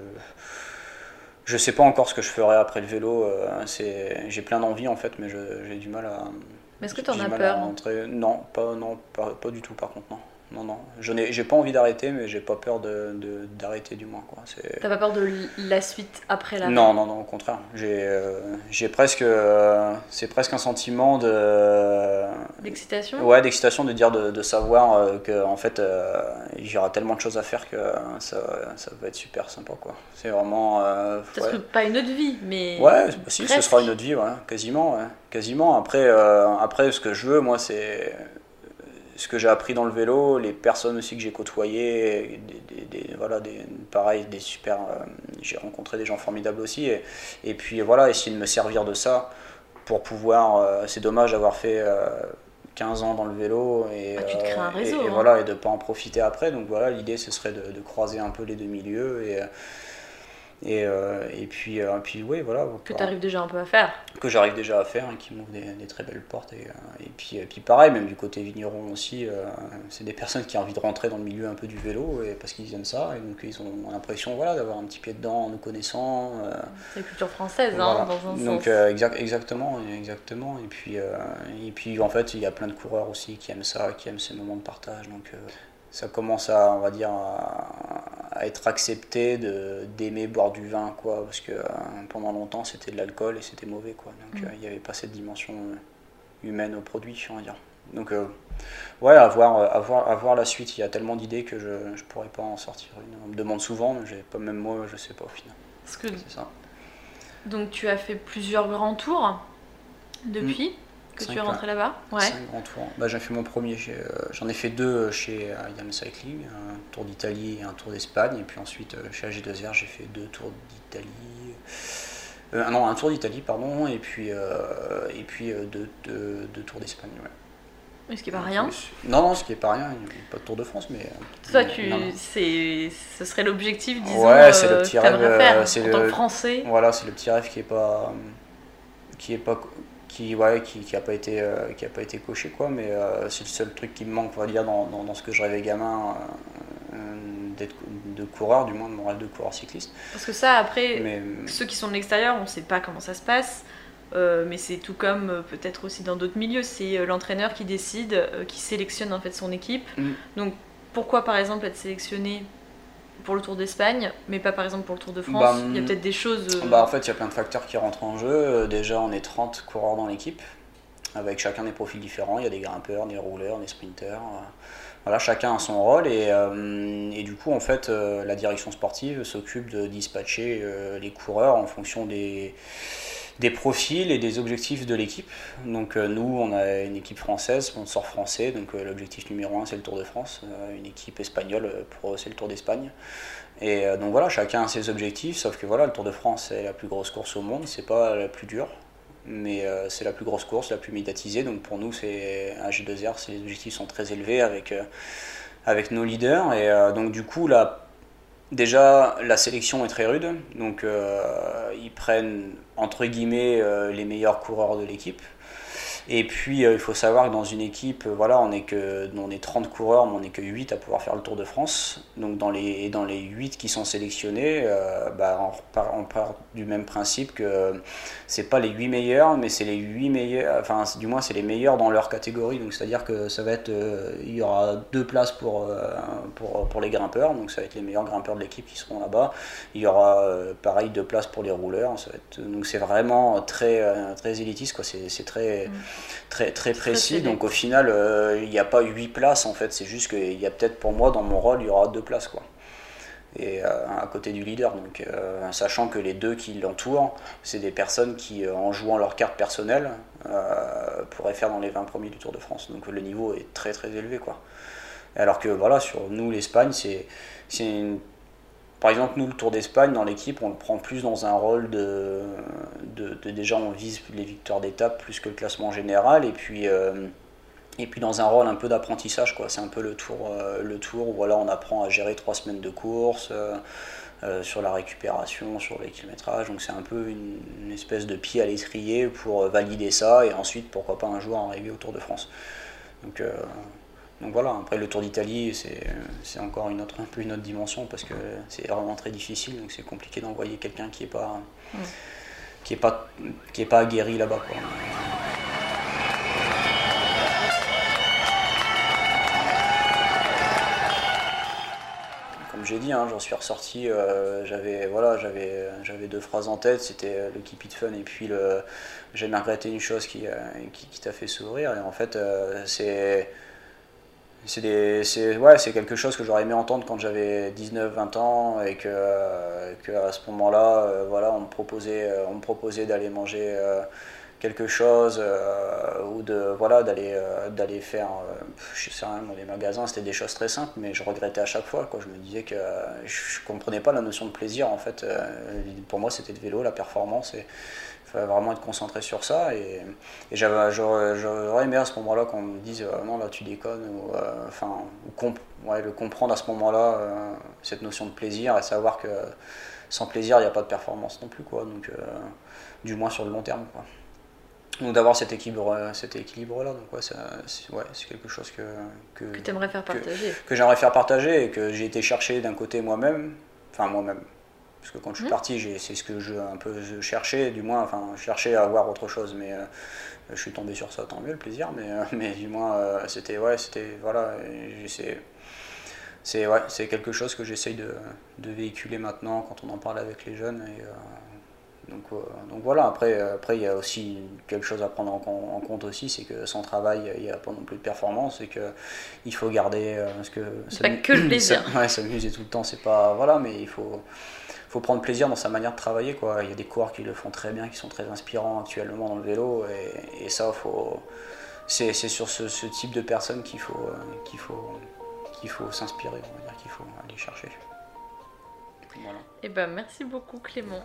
je sais pas encore ce que je ferai après le vélo. Euh, c'est, j'ai plein d'envie en fait, mais je, j'ai du mal à. Mais est-ce que tu en as peur? Non, pas non, pas, pas du tout par contre non. Non, non, je n'ai, j'ai pas envie d'arrêter, mais j'ai pas peur de, de, d'arrêter du moins. Quoi. C'est... T'as pas peur de la suite après la Non, non, non, au contraire. J'ai, euh, j'ai presque, euh, c'est presque un sentiment de... D'excitation ? Ouais, d'excitation, de dire, de, de savoir euh, qu'en fait, euh, il y aura tellement de choses à faire que ça, ça va être super sympa. Quoi. C'est vraiment... Euh, ça ouais. serait pas une autre vie, mais... Ouais, bah, si, ce sera une autre vie, ouais, quasiment. Ouais, quasiment. Après, euh, après, ce que je veux, moi, c'est... ce que j'ai appris dans le vélo, les personnes aussi que j'ai côtoyées, des, des, des, voilà, des, pareil, des super, euh, j'ai rencontré des gens formidables aussi, et, et puis voilà, essayer de me servir de ça pour pouvoir, euh, c'est dommage d'avoir fait euh, quinze ans dans le vélo et, ah, tu te crées un réseau, et, et hein. voilà, et de ne pas en profiter après, donc voilà, l'idée ce serait de, de croiser un peu les deux milieux, et Et, euh, et puis, euh, puis oui, voilà. Que tu arrives déjà un peu à faire. Que j'arrive déjà à faire, hein, qui m'ouvre des, des très belles portes. Et, euh, et, puis, et puis pareil, même du côté vigneron aussi, euh, c'est des personnes qui ont envie de rentrer dans le milieu un peu du vélo et, parce qu'ils aiment ça. Et donc ils ont l'impression voilà, d'avoir un petit pied dedans en nous connaissant. Euh, c'est la culture française, voilà. hein, dans un donc, sens. Euh, exact, exactement, exactement. Et puis, euh, et puis en fait, il y a plein de coureurs aussi qui aiment ça, qui aiment ces moments de partage. Donc, euh, ça commence à, on va dire, à, à être accepté de, d'aimer boire du vin, quoi, parce que euh, pendant longtemps c'était de l'alcool et c'était mauvais, quoi. Donc il mmh. n'y euh, avait pas cette dimension humaine au produit, on va dire. Donc euh, ouais, à voir, à, voir, à voir la suite, il y a tellement d'idées que je ne pourrais pas en sortir une. On me demande souvent, mais j'ai pas, même moi je sais pas au final. Parce que, c'est ça. Donc tu as fait plusieurs grands tours depuis mmh. que Cinq, tu es rentré là-bas. Ouais. Cinq grands tours. Bah, j'ai fait mon premier, chez, euh, j'en ai fait deux chez euh, Yam Cycling, un tour d'Italie et un tour d'Espagne, et puis ensuite euh, chez A G deux R j'ai fait deux tours d'Italie, euh, non un tour d'Italie pardon, et puis euh, et puis euh, deux, deux, deux tours d'Espagne. Ouais. Mais ce qui est pas rien. Non non, ce qui est pas rien, il n'y a pas de Tour de France, mais. Toi, tu, non, non. C'est, ce serait l'objectif, disons. Ouais, c'est le petit euh, rêve. Faire, c'est en le, tant que Français. Voilà, c'est le petit rêve qui est pas, qui est pas. qui ouais qui qui a pas été euh, qui a pas été coché, quoi, mais euh, c'est le seul truc qui me manque, on va dire, dans dans, dans ce que je rêvais gamin, euh, d'être de coureur, du moins de mon rêve de coureur cycliste. Parce que ça, après, mais, ceux qui sont de l'extérieur, on sait pas comment ça se passe, euh, mais c'est tout comme euh, peut-être aussi dans d'autres milieux, c'est euh, l'entraîneur qui décide, euh, qui sélectionne en fait son équipe. Mm. Donc pourquoi par exemple être sélectionné pour le Tour d'Espagne, mais pas par exemple pour le Tour de France? Bah, il y a peut-être des choses... Euh... Bah, en fait, il y a plein de facteurs qui rentrent en jeu. Déjà, on est trente coureurs dans l'équipe, avec chacun des profils différents. Il y a des grimpeurs, des rouleurs, des sprinteurs. Voilà, chacun a son rôle. Et, euh, et du coup, en fait, euh, la direction sportive s'occupe de dispatcher euh, les coureurs en fonction des... des profils et des objectifs de l'équipe. Donc euh, nous, on a une équipe française, sponsor français, donc euh, l'objectif numéro un c'est le Tour de France, euh, une équipe espagnole, pour eux c'est le Tour d'Espagne. Et euh, donc voilà, chacun a ses objectifs, sauf que voilà, le Tour de France c'est la plus grosse course au monde, c'est pas la plus dure, mais euh, c'est la plus grosse course, la plus médiatisée, donc pour nous c'est A G deux R, c'est, les objectifs sont très élevés avec, euh, avec nos leaders, et euh, donc du coup là, déjà, la sélection est très rude, donc euh, ils prennent entre guillemets euh, les meilleurs coureurs de l'équipe. Et puis euh, il faut savoir que dans une équipe, euh, voilà, on est que on est trente coureurs, mais on n'est que huit à pouvoir faire le Tour de France. Donc dans les dans les huit qui sont sélectionnés, euh, bah, on, repart, on part du même principe que euh, c'est pas les huit meilleurs, mais c'est les huit meilleurs, enfin du moins c'est les meilleurs dans leur catégorie. Donc c'est-à-dire que ça va être, euh, il y aura deux places pour euh, pour pour les grimpeurs, donc ça va être les meilleurs grimpeurs de l'équipe qui seront là-bas. Il y aura euh, pareil deux places pour les rouleurs. Ça va être, donc c'est vraiment très euh, très élitiste, quoi. C'est c'est très mmh. Très, très précis, très donc au final euh, il n'y a pas huit places en fait, c'est juste qu'il y a peut-être, pour moi dans mon rôle il y aura deux places, quoi, et euh, à côté du leader, donc euh, sachant que les deux qui l'entourent c'est des personnes qui, en jouant leur carte personnelle, euh, pourraient faire dans les vingt premiers du Tour de France, donc le niveau est très très élevé, quoi. Alors que voilà, sur nous l'Espagne c'est, c'est une... Par exemple, nous, le Tour d'Espagne, dans l'équipe, on le prend plus dans un rôle de... de, de déjà, on vise les victoires d'étape plus que le classement général, et puis, euh, et puis dans un rôle un peu d'apprentissage, quoi. C'est un peu le tour, euh, le tour où voilà, on apprend à gérer trois semaines de course, euh, euh, sur la récupération, sur les kilométrages. Donc c'est un peu une, une espèce de pied à l'étrier pour valider ça, et ensuite, pourquoi pas un jour arriver au Tour de France. Donc... Euh, Donc voilà, après le Tour d'Italie, c'est, c'est encore une autre, un peu une autre dimension, parce que c'est vraiment très difficile, donc c'est compliqué d'envoyer quelqu'un qui n'est pas, mmh. qui est pas, qui est pas aguerri là-bas, quoi. Comme j'ai dit, hein, j'en suis ressorti, euh, j'avais, voilà, j'avais, j'avais deux phrases en tête, c'était le Keep It Fun et puis le j'ai jamais regretté une chose qui, qui, qui t'a fait sourire, et en fait euh, c'est... C'est, des, c'est, ouais, c'est quelque chose que j'aurais aimé entendre quand j'avais dix-neuf vingt ans, et que, euh, que à ce moment-là, euh, voilà, on me proposait, euh, on me proposait d'aller manger euh, quelque chose euh, ou de voilà d'aller euh, d'aller faire euh, je sais rien, moi, les magasins c'était des choses très simples, mais je regrettais à chaque fois quoi. Je me disais que euh, je, je comprenais pas la notion de plaisir en fait. Euh, pour moi c'était le vélo, la performance, et il fallait vraiment être concentré sur ça, et, et j'avais j'aurais, j'aurais aimé à ce moment-là qu'on me dise euh, non là tu déconnes, ou euh, enfin ou comp- ouais, le comprendre à ce moment-là, euh, cette notion de plaisir, et savoir que sans plaisir il n'y a pas de performance non plus quoi. Donc euh, du moins sur le long terme quoi. Donc d'avoir cet équilibre, cet équilibre là, donc ouais, ça, c'est, ouais, c'est quelque chose que que, que tu aimerais faire partager, que, que j'aimerais faire partager, et que j'ai été chercher d'un côté moi-même, enfin moi-même, parce que quand je suis mmh. parti, j'ai, c'est ce que je un peu je cherchais, du moins, enfin je cherchais à avoir autre chose, mais euh, je suis tombé sur ça, tant mieux, le plaisir, mais euh, mais du moins euh, c'était ouais, c'était voilà, c'est c'est ouais, c'est quelque chose que j'essaye de de véhiculer maintenant quand on en parle avec les jeunes, et euh, Donc, euh, donc voilà, après, après il y a aussi quelque chose à prendre en, en compte aussi, c'est que sans travail il n'y a pas non plus de performance, et qu'il faut garder, euh, parce que c'est pas que le plaisir. Ça, ouais, s'amuser tout le temps, c'est pas, voilà, mais il faut, faut prendre plaisir dans sa manière de travailler quoi. Il y a des coureurs qui le font très bien, qui sont très inspirants actuellement dans le vélo, et, et ça faut, c'est, c'est sur ce, ce type de personnes qu'il faut, euh, qu'il faut, qu'il faut s'inspirer, on va dire, qu'il faut aller chercher. Voilà. Et ben merci beaucoup Clément.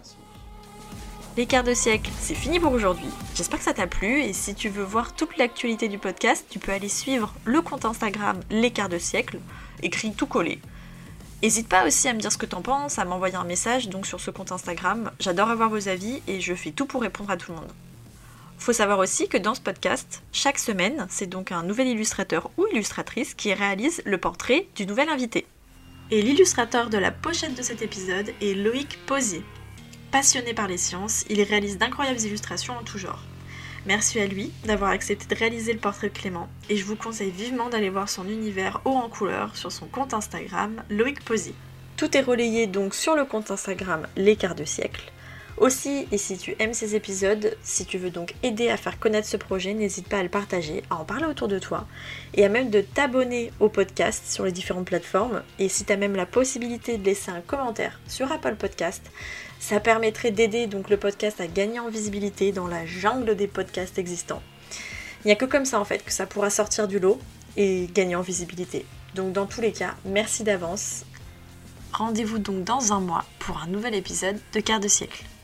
Les quarts de siècle, c'est fini pour aujourd'hui. J'espère que ça t'a plu, et si tu veux voir toute l'actualité du podcast, tu peux aller suivre le compte Instagram Les quarts de siècle, écrit tout collé. N'hésite pas aussi à me dire ce que t'en penses, à m'envoyer un message donc sur ce compte Instagram. J'adore avoir vos avis et je fais tout pour répondre à tout le monde. Faut savoir aussi que dans ce podcast, chaque semaine, c'est donc un nouvel illustrateur ou illustratrice qui réalise le portrait du nouvel invité. Et l'illustrateur de la pochette de cet épisode est Loïc Posier. Passionné par les sciences, il réalise d'incroyables illustrations en tout genre. Merci à lui d'avoir accepté de réaliser le portrait de Clément, et je vous conseille vivement d'aller voir son univers haut en couleurs sur son compte Instagram Loïc Posier. Tout est relayé donc sur le compte Instagram Les quarts de siècle. Aussi, et si tu aimes ces épisodes, si tu veux donc aider à faire connaître ce projet, n'hésite pas à le partager, à en parler autour de toi, et à même de t'abonner au podcast sur les différentes plateformes. Et si tu as même la possibilité de laisser un commentaire sur Apple Podcast, ça permettrait d'aider donc le podcast à gagner en visibilité dans la jungle des podcasts existants. Il n'y a que comme ça en fait que ça pourra sortir du lot et gagner en visibilité. Donc dans tous les cas, merci d'avance. Rendez-vous donc dans un mois pour un nouvel épisode de Quart de siècle.